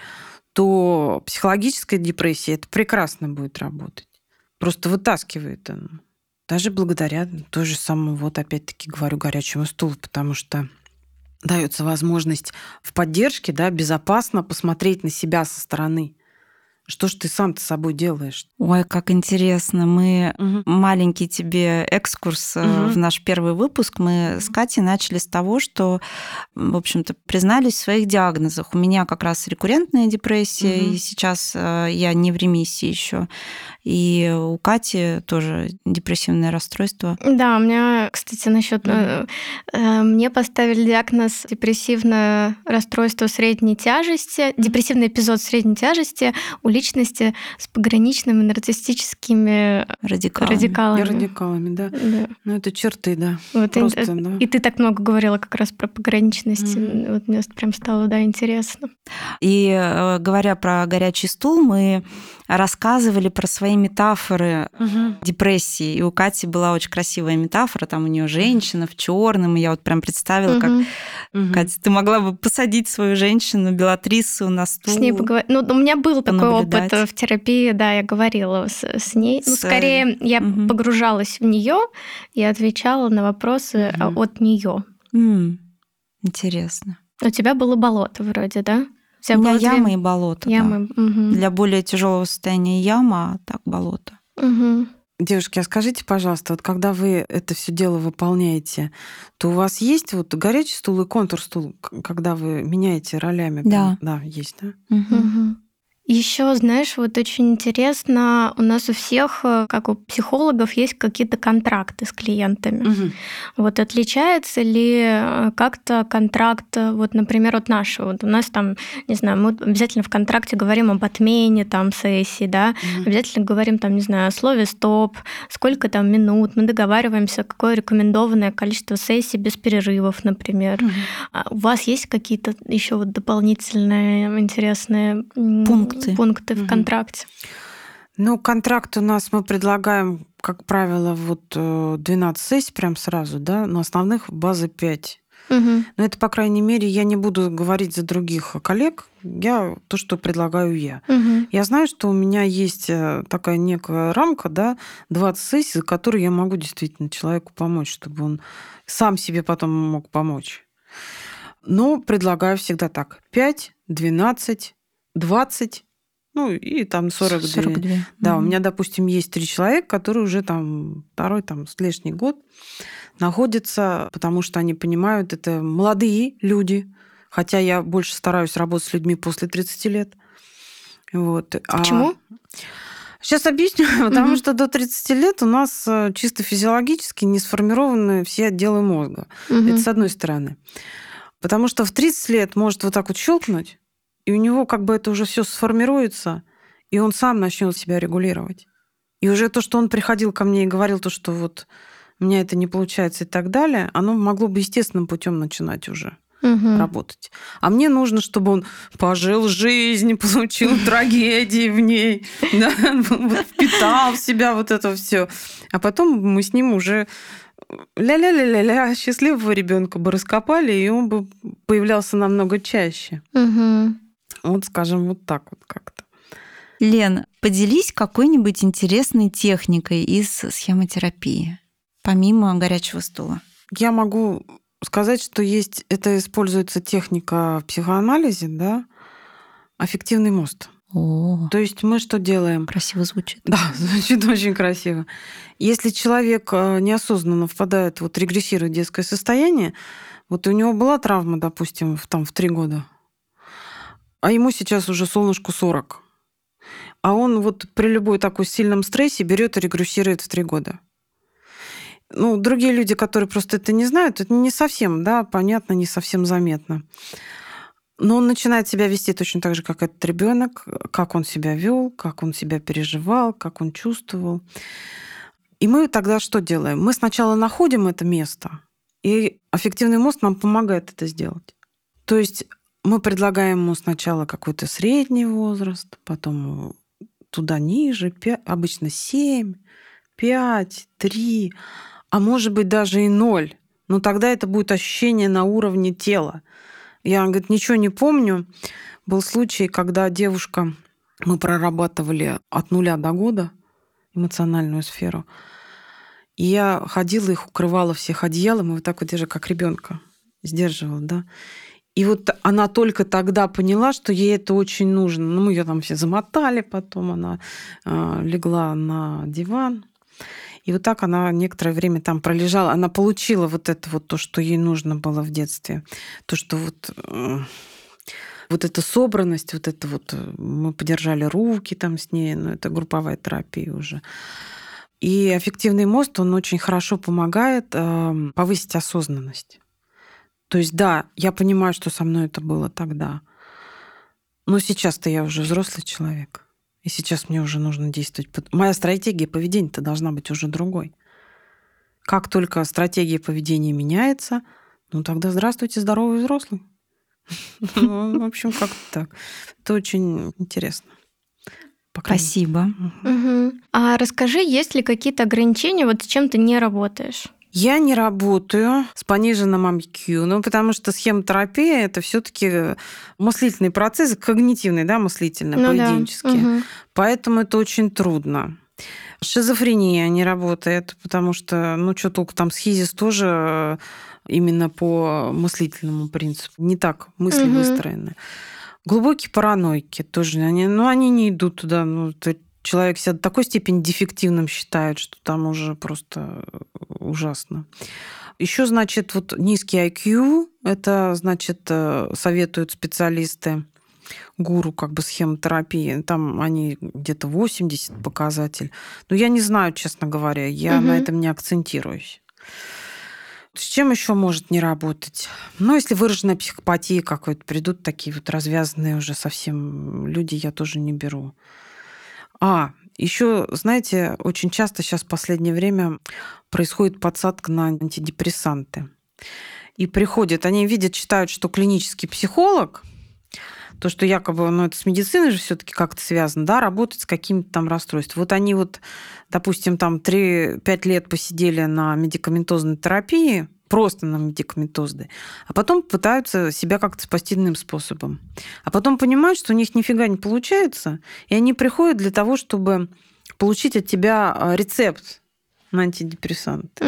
C: то психологическая депрессия это прекрасно будет работать. Просто вытаскивает оно. Даже благодаря той же самому, вот опять-таки говорю, горячему стулу, потому что дается возможность в поддержке, да, безопасно посмотреть на себя со стороны. Что ж ты сам-то с собой делаешь?
A: Ой, как интересно. Мы маленький тебе экскурс в наш первый выпуск. Мы с Катей начали с того, что, в общем-то, признались в своих диагнозах. У меня как раз рекуррентная депрессия, и сейчас я не в ремиссии еще. И у Кати тоже депрессивное расстройство.
B: Да, у меня, кстати, насчет мне поставили диагноз депрессивное расстройство средней тяжести, депрессивный эпизод средней тяжести у личности с пограничными нарциссическими радикалами.
C: Радикалами, да. Ну, это черты, да.
B: Вот
C: просто, да.
B: И ты так много говорила как раз про пограничность. Вот мне прям стало, да, интересно.
A: И говоря про горячий стул, мы рассказывали про свои метафоры депрессии. И у Кати была очень красивая метафора. Там у нее женщина в черном. И я вот прям представила, как Катя, ты могла бы посадить свою женщину, Белатрису, на стул.
B: С ней поговорить. Ну, у меня был такой опыт в терапии, да, я говорила с ней. Ну, скорее, я погружалась в нее и отвечала на вопросы от нее.
A: Интересно.
B: У тебя было болото вроде, да?
A: У меня ямы и болото.
B: Ямы.
A: Да. Для более тяжелого состояния яма, а так болото.
C: Девушки, а скажите, пожалуйста, вот когда вы это все дело выполняете, то у вас есть вот горячий стул и контур-стул, когда вы меняете ролями?
A: Да.
C: Да, есть, да?
B: Еще, знаешь, вот очень интересно, у нас у всех, как у психологов, есть какие-то контракты с клиентами.
C: Мгм.
B: Вот отличается ли как-то контракт, вот, например, от нашего? Вот у нас там, не знаю, мы обязательно в контракте говорим об отмене там сессии, да,
C: Мгм.
B: обязательно говорим там, не знаю, о слове «стоп», сколько там минут, мы договариваемся, какое рекомендованное количество сессий без перерывов, например.
C: Мгм.
B: А у вас есть какие-то еще вот дополнительные интересные пункты в
C: Мгм.
B: контракте?
C: Ну, контракт у нас мы предлагаем, как правило, вот 12 сессий прям сразу, да, но основных базы 5.
B: Мгм.
C: Но это, по крайней мере, я не буду говорить за других коллег, я то, что предлагаю я.
B: Мгм.
C: Я знаю, что у меня есть такая некая рамка, да, 20 сессий, за которые я могу действительно человеку помочь, чтобы он сам себе потом мог помочь. Но предлагаю всегда так: 5, 12, 20, ну и там 42.
A: 42.
C: Да, у
A: Мгм.
C: меня, допустим, есть 3 человека, которые уже там второй там с лишний год находятся, потому что они понимают, это молодые люди, хотя я больше стараюсь работать с людьми после 30 лет. Вот.
B: Почему?
C: Сейчас объясню. Потому
B: Мгм.
C: что до 30 лет у нас чисто физиологически не сформированы все отделы мозга. Это
B: Мгм.
C: с одной стороны. Потому что в 30 лет может вот так вот щелкнуть, и у него как бы это уже все сформируется, и он сам начнет себя регулировать. И уже то, что он приходил ко мне и говорил, то, что вот у меня это не получается и так далее, оно могло бы естественным путем начинать уже
B: Мгм.
C: работать. А мне нужно, чтобы он пожил жизнь, получил трагедии в ней, да, вот впитал в себя вот это все. А потом мы с ним уже ля-ля-ля-ля-ля, счастливого ребенка бы раскопали, и он бы появлялся намного чаще.
B: Мгм.
C: Вот, скажем, вот так вот как-то.
A: Лен, поделись какой-нибудь интересной техникой из схемотерапии, помимо горячего стула.
C: Я могу сказать, что есть, это используется техника в психоанализе, да, аффективный мост.
A: О,
C: То есть мы что делаем?
A: красиво звучит.
C: Да, звучит очень красиво. Если человек неосознанно впадает, вот регрессирует в детское состояние, вот у него была травма, допустим, в 3 года, а ему сейчас уже солнышку 40. А он вот при любой такой сильном стрессе берет и регрессирует в 3 года. Ну, другие люди, которые просто это не знают, это не совсем, да, понятно, не совсем заметно. Но он начинает себя вести точно так же, как этот ребенок, как он себя вел, как он себя переживал, как он чувствовал. И мы тогда что делаем? Мы сначала находим это место, и аффективный мост нам помогает это сделать. То есть мы предлагаем ему сначала какой-то средний возраст, потом туда ниже, обычно 7, 5, 3, а может быть даже и 0. Но тогда это будет ощущение на уровне тела. Я, говорит, ничего не помню. Был случай, когда девушка, мы прорабатывали от 0 до года эмоциональную сферу. И я ходила, их укрывала всех одеялом, и вот так вот даже как ребенка сдерживала, да. И вот она только тогда поняла, что ей это очень нужно. Ну, мы ее там все замотали, потом она легла на диван. И вот так она некоторое время там пролежала. Она получила вот это вот то, что ей нужно было в детстве. То, что вот эта собранность, вот это вот мы подержали руки там с ней, но это групповая терапия уже. И аффективный мост, он очень хорошо помогает повысить осознанность. То есть, да, я понимаю, что со мной это было тогда, но сейчас-то я уже взрослый человек. И сейчас мне уже нужно действовать. Моя стратегия поведения-то должна быть уже другой. Как только стратегия поведения меняется, ну тогда здравствуйте, здоровый взрослый. Ну, в общем, как-то так. Это очень интересно. По крайней мере.
A: Спасибо.
B: Мгм. А расскажи, есть ли какие-то ограничения, вот с чем ты не работаешь?
C: Я не работаю с пониженным IQ, ну, потому что схемотерапия — это все таки мыслительный процесс, когнитивный, да, мыслительный,
B: Ну да.
C: поведенческий.
B: Мгм.
C: Поэтому это очень трудно. Шизофрения не работает, потому что, ну, что толку, там схизис тоже именно по мыслительному принципу. Не так мысли
B: Мгм.
C: выстроены. Глубокие параноики тоже, они не идут туда. Ну, человек себя до такой степени дефективным считает, что там уже просто ужасно. Еще, значит, вот низкий IQ, это, значит, советуют специалисты. гуру как бы схемотерапии. Там они где-то 80 показатель. Но я не знаю, честно говоря, я на этом не акцентируюсь. С чем еще может не работать? Ну, если выраженная психопатия какой-то, придут такие вот развязанные уже совсем люди, я тоже не беру. Еще, знаете, очень часто сейчас в последнее время происходит подсадка на антидепрессанты. И приходят, они видят, читают, что клинический психолог, то, что якобы, это с медициной же все-таки как-то связано, да, работать с какими-то там расстройствами. Вот они допустим, там 3-5 лет посидели на медикаментозной терапии, просто на медикаментозной, а потом пытаются себя как-то спасти иным способом. А потом понимают, что у них нифига не получается, и они приходят для того, чтобы получить от тебя рецепт на антидепрессант.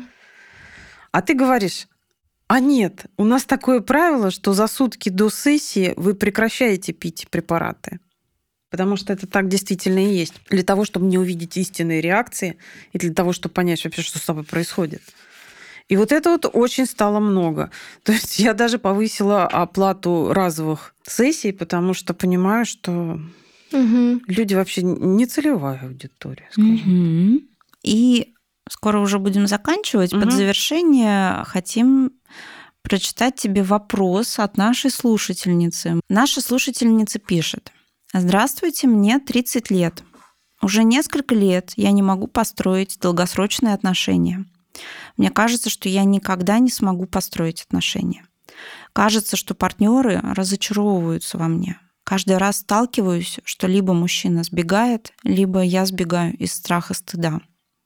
C: А ты говоришь: нет, у нас такое правило, что за сутки до сессии вы прекращаете пить препараты. Потому что это так действительно и есть. Для того, чтобы не увидеть истинные реакции, и для того, чтобы понять вообще, что с тобой происходит. И вот это очень стало много. То есть я даже повысила оплату разовых сессий, потому что понимаю, что люди вообще не целевая аудитория, скажем.
A: И скоро уже будем заканчивать. Под завершение хотим прочитать тебе вопрос от нашей слушательницы. Наша слушательница пишет: «Здравствуйте, мне 30 лет. Уже несколько лет я не могу построить долгосрочные отношения. Мне кажется, что я никогда не смогу построить отношения. Кажется, что партнеры разочаровываются во мне. Каждый раз сталкиваюсь, что либо мужчина сбегает, либо я сбегаю из страха, стыда».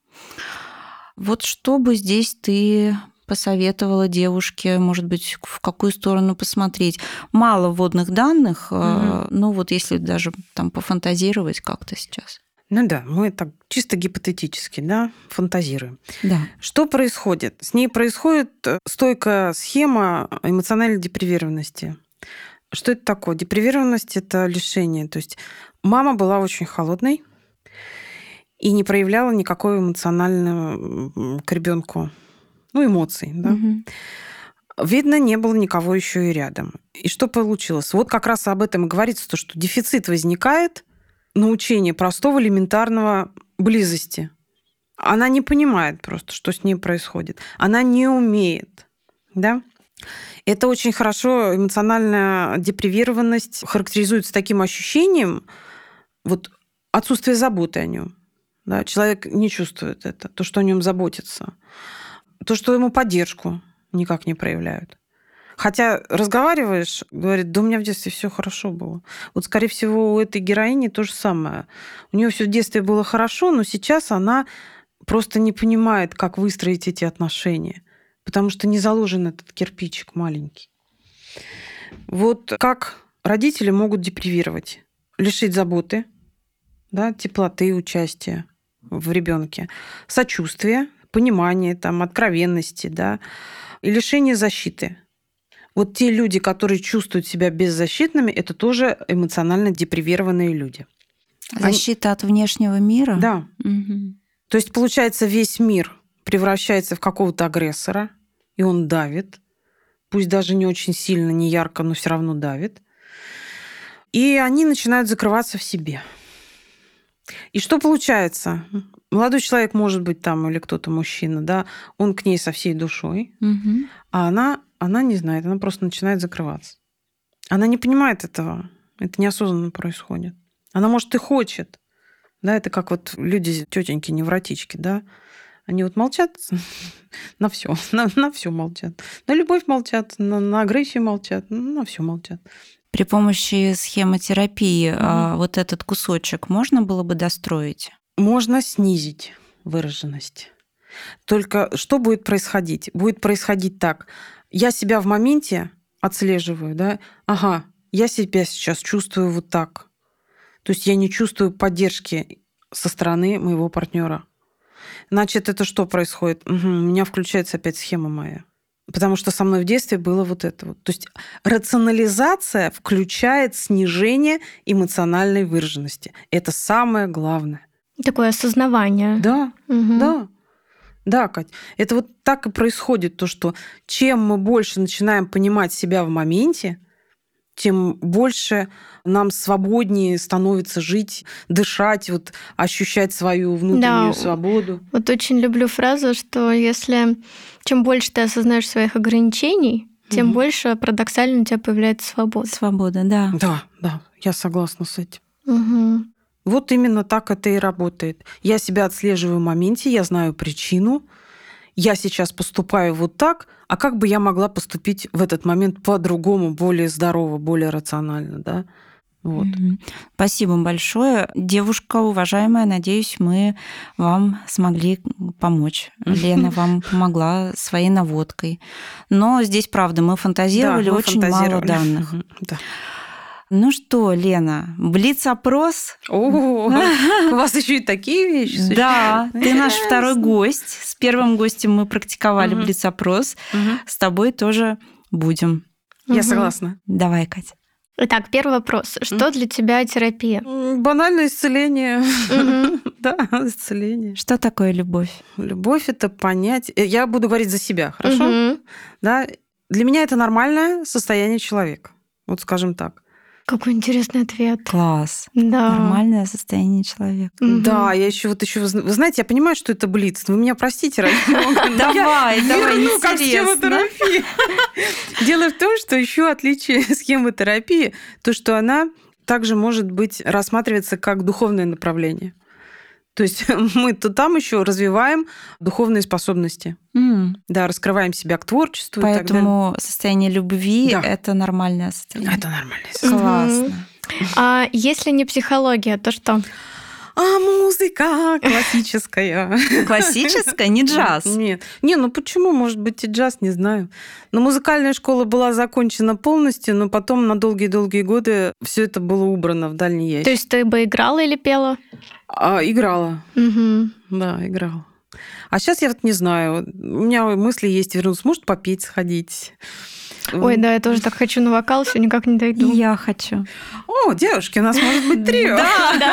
A: Вот что бы здесь ты посоветовала девушке, может быть, в какую сторону посмотреть? Мало вводных данных, но вот если даже там пофантазировать как-то сейчас.
C: Ну да, мы так чисто гипотетически, да, фантазируем.
A: Да.
C: Что происходит? С ней происходит стойкая схема эмоциональной депривированности. Что это такое? Депривированность – это лишение. То есть мама была очень холодной и не проявляла никакой эмоционального к ребенку, эмоций, да. Видно, не было никого еще и рядом. И что получилось? Вот как раз об этом и говорится, то, что дефицит возникает, научение простого элементарного близости. Она не понимает просто, что с ней происходит. Она не умеет, да. Это очень хорошо, эмоциональная депривированность характеризуется таким ощущением отсутствия заботы о нем. Да? Человек не чувствует это, то, что о нем заботятся, то, что ему поддержку никак не проявляют. Хотя разговариваешь, говорит: да у меня в детстве все хорошо было. Вот, скорее всего, у этой героини то же самое. У нее все в детстве было хорошо, но сейчас она просто не понимает, как выстроить эти отношения, потому что не заложен этот кирпичик маленький. Вот как родители могут депривировать? Лишить заботы, да, теплоты, участия в ребенке, сочувствия, понимания, откровенности, да, и лишение защиты. Вот те люди, которые чувствуют себя беззащитными, это тоже эмоционально депривированные люди.
A: Защита от внешнего мира?
C: Да. То есть, получается, весь мир превращается в какого-то агрессора, и он давит, пусть даже не очень сильно, не ярко, но все равно давит. И они начинают закрываться в себе. И что получается? Молодой человек, может быть, или кто-то мужчина, да, он к ней со всей душой, а она не знает, она просто начинает закрываться. Она не понимает этого. Это неосознанно происходит. Она, может, и хочет. Да, это как люди, тетеньки, невротички, да. Они молчат на все, на все молчат. На любовь молчат, на агрессию молчат, на все молчат.
A: При помощи схемотерапии вот этот кусочек можно было бы достроить?
C: Можно снизить выраженность. Только что будет происходить? Будет происходить так. Я себя в моменте отслеживаю, да? Ага, я себя сейчас чувствую вот так. То есть я не чувствую поддержки со стороны моего партнера. Значит, это что происходит? У меня включается опять схема моя. Потому что со мной в детстве было вот это вот. То есть рационализация включает снижение эмоциональной выраженности. Это самое главное.
B: Такое осознавание.
C: Да, да. Да, Кать. Это так и происходит, то, что чем мы больше начинаем понимать себя в моменте, тем больше нам свободнее становится жить, дышать, вот, ощущать свою внутреннюю свободу.
B: Вот очень люблю фразу, что чем больше ты осознаешь своих ограничений, тем больше парадоксально у тебя появляется свобода.
A: Свобода, да.
C: Да, я согласна с этим.
B: Угу.
C: Вот именно так это и работает. Я себя отслеживаю в моменте, я знаю причину, я сейчас поступаю вот так, а как бы я могла поступить в этот момент по-другому, более здорово, более рационально, да? Вот.
A: Спасибо большое. Девушка, уважаемая, надеюсь, мы вам смогли помочь. Лена вам помогла своей наводкой. Но здесь, правда, мы фантазировали, очень мало данных.
C: Да.
A: Ну что, Лена, блиц-опрос.
C: У вас еще и такие вещи существуют.
A: Да, ты наш второй гость. С первым гостем мы практиковали блиц-опрос. С тобой тоже будем.
C: Я согласна.
A: Давай, Катя.
B: Итак, первый вопрос. Что для тебя терапия?
C: Банальное исцеление. Да, исцеление.
A: Что такое любовь?
C: Любовь — это понять... Я буду говорить за себя, хорошо? Да. Для меня это нормальное состояние человека. Вот скажем так.
B: Какой интересный ответ.
A: Класс.
B: Да.
A: Нормальное состояние человека.
C: Да, я еще вы знаете, я понимаю, что это блиц. Вы меня простите, ради бога.
A: Давай,
C: интересно. Дело в том, что еще отличие схемотерапии, то, что она также может быть рассматриваться как духовное направление. То есть мы там еще развиваем духовные способности. Да, раскрываем себя к творчеству.
A: Поэтому состояние любви — это нормальное состояние.
C: Это нормальное состояние.
A: Классно.
B: А если не психология, то что?
C: А музыка классическая.
A: Классическая, не джаз?
C: Нет. Ну почему? Может быть, и джаз, не знаю. Но музыкальная школа была закончена полностью, но потом на долгие-долгие годы все это было убрано в дальний ящик.
B: То есть ты бы играла или пела?
C: Играла. Да, играла. А сейчас я вот не знаю. У меня мысли есть вернуться. Может, попеть, сходить.
B: Ой, да, я тоже так хочу на вокал, все никак не дойду.
A: Я хочу.
C: О, девушки, у нас может быть трио.
A: Да.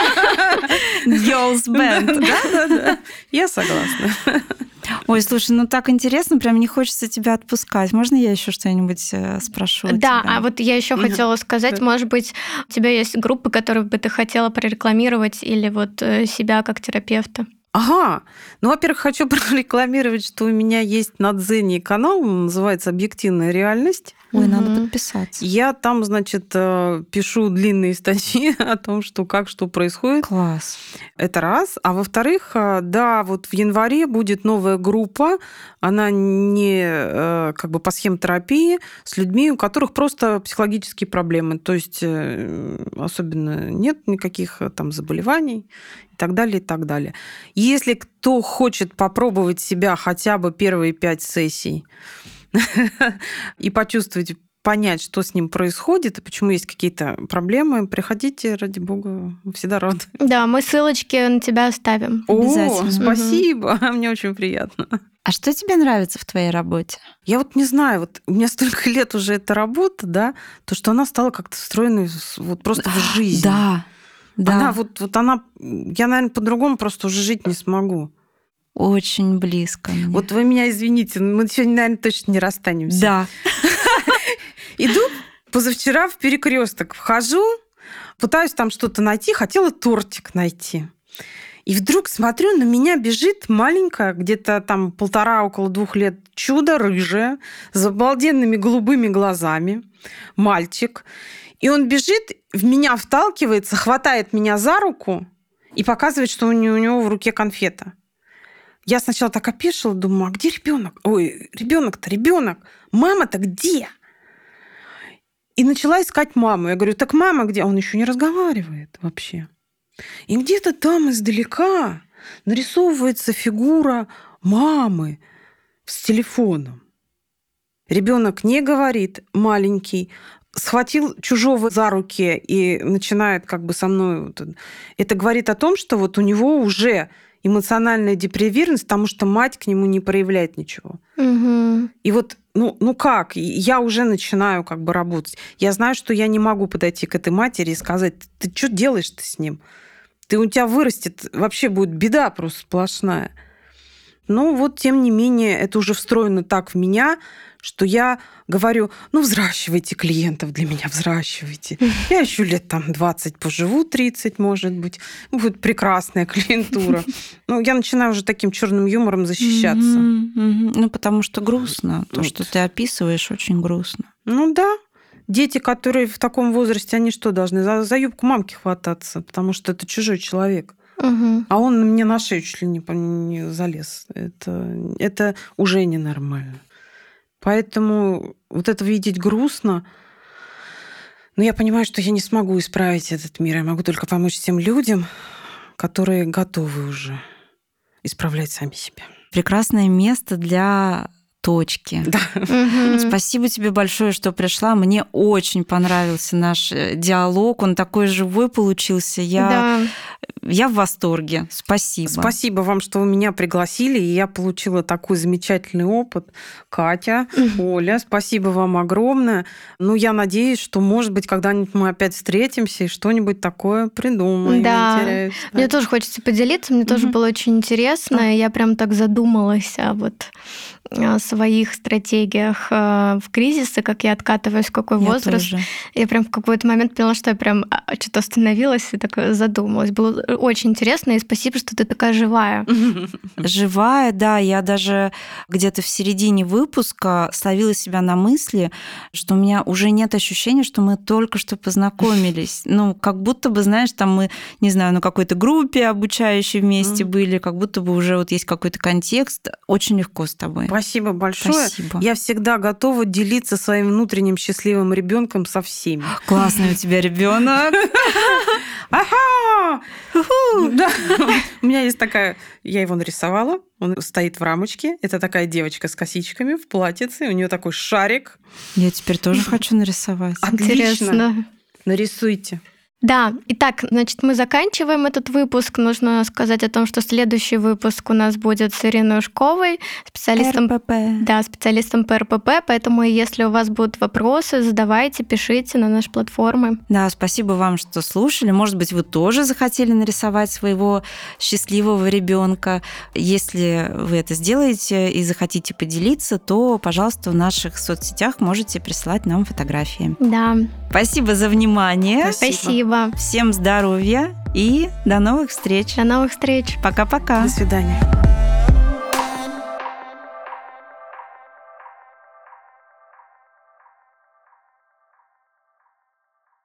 A: Girls Band.
C: Да. Я согласна.
A: Ой, слушай, ну так интересно, прям не хочется тебя отпускать. Можно я еще что-нибудь спрошу?
B: Да, а вот я еще хотела сказать, может быть, у тебя есть группы, которые бы ты хотела прорекламировать, или вот себя как терапевта?
C: Ага. Ну, во-первых, хочу прорекламировать, что у меня есть на Дзене канал, он называется «Объективная реальность».
A: Ой, надо подписаться.
C: Я там, значит, пишу длинные статьи о том, как что происходит.
A: Класс.
C: Это раз. А во-вторых, да, вот в январе будет новая группа, она не как бы по схемотерапии, с людьми, у которых просто психологические проблемы. То есть особенно нет никаких там заболеваний и так далее, и так далее. Если кто хочет попробовать себя хотя бы первые 5 сессий и почувствовать, понять, что с ним происходит и почему есть какие-то проблемы, приходите, ради бога, всегда рады.
B: Да, мы ссылочки на тебя оставим.
A: Обязательно.
C: О, спасибо, мне очень приятно.
A: А что тебе нравится в твоей работе?
C: Я вот не знаю, вот у меня столько лет уже эта работа, да, то, что она стала как-то встроена вот просто в жизнь.
A: Да.
C: Она она, я, наверное, по-другому просто уже жить не смогу.
A: Очень близко мне.
C: Вот вы меня извините, мы сегодня, наверное, точно не расстанемся.
A: Да.
C: Иду позавчера в перекресток, вхожу, пытаюсь там что-то найти, хотела тортик найти. И вдруг смотрю, на меня бежит маленькая, где-то там 1,5, около 2 лет, чудо рыжее, с обалденными голубыми глазами, мальчик. И он бежит, в меня вталкивается, хватает меня за руку и показывает, что у него в руке конфета. Я сначала так опешила, думаю, а где ребенок? Ой, ребенок. Мама-то где? И начала искать маму. Я говорю, так мама где? Он еще не разговаривает вообще. И где-то там издалека нарисовывается фигура мамы с телефоном. Ребенок не говорит, маленький, схватил чужого за руки и начинает как бы со мной... Это говорит о том, что вот у него уже эмоциональная депривированность, потому что мать к нему не проявляет ничего.
B: Угу.
C: И вот, ну как? Я уже начинаю как бы работать. Я знаю, что я не могу подойти к этой матери и сказать, ты что делаешь-то с ним? У тебя вырастет, вообще будет беда просто сплошная. Но вот, тем не менее, это уже встроено так в меня, что я говорю, взращивайте клиентов для меня, взращивайте. Я еще лет 20 поживу, 30, может быть. Будет прекрасная клиентура. Я начинаю уже таким черным юмором защищаться.
A: Потому что грустно. То, что ты описываешь, очень грустно.
C: Да. Дети, которые в таком возрасте, они что, должны за юбку мамки хвататься? Потому что это чужой человек. А он мне на шею чуть ли не залез. Это уже ненормально. Поэтому вот это видеть грустно. Но я понимаю, что я не смогу исправить этот мир. Я могу только помочь тем людям, которые готовы уже исправлять сами себя.
A: Прекрасное место для точки.
C: Да.
A: Спасибо тебе большое, что пришла. Мне очень понравился наш диалог. Он такой живой получился. Я в восторге. Спасибо.
C: Спасибо вам, что вы меня пригласили, и я получила такой замечательный опыт. Катя, Оля, спасибо вам огромное. Я надеюсь, что, может быть, когда-нибудь мы опять встретимся и что-нибудь такое придумаем.
B: Да. Мне тоже хочется поделиться. Мне тоже было очень интересно. Я прям так задумалась о своих стратегиях в кризисы, как я откатываюсь, в какой возраст.
A: Тоже.
B: Я прям в какой-то момент поняла, что я прям что-то остановилась и так задумалась. Было очень интересно, и спасибо, что ты такая живая.
A: Живая, да. Я даже где-то в середине выпуска словила себя на мысли, что у меня уже нет ощущения, что мы только что познакомились. Как будто бы, знаешь, там мы, не знаю, на какой-то группе обучающей вместе были, как будто бы уже вот есть какой-то контекст. Очень легко с тобой.
C: Спасибо большое.
A: Спасибо.
C: Я всегда готова делиться своим внутренним счастливым ребенком со всеми.
A: Классный у тебя ребенок.
C: Ага! Да. У меня есть такая... Я его нарисовала. Он стоит в рамочке. Это такая девочка с косичками в платьице. У нее такой шарик.
A: Я теперь тоже хочу нарисовать.
C: Отлично.
B: Интересно.
C: Нарисуйте.
B: Да, итак, значит, мы заканчиваем этот выпуск. Нужно сказать о том, что следующий выпуск у нас будет с Ириной Ушковой, специалистом
A: РПП.
B: Да, специалистом по РПП, поэтому если у вас будут вопросы, задавайте, пишите на наши платформы.
A: Да, спасибо вам, что слушали. Может быть, вы тоже захотели нарисовать своего счастливого ребенка. Если вы это сделаете и захотите поделиться, то, пожалуйста, в наших соцсетях можете присылать нам фотографии.
B: Да.
A: Спасибо за внимание.
B: Спасибо.
A: Всем здоровья и до новых встреч.
B: До новых встреч.
A: Пока-пока.
C: До свидания.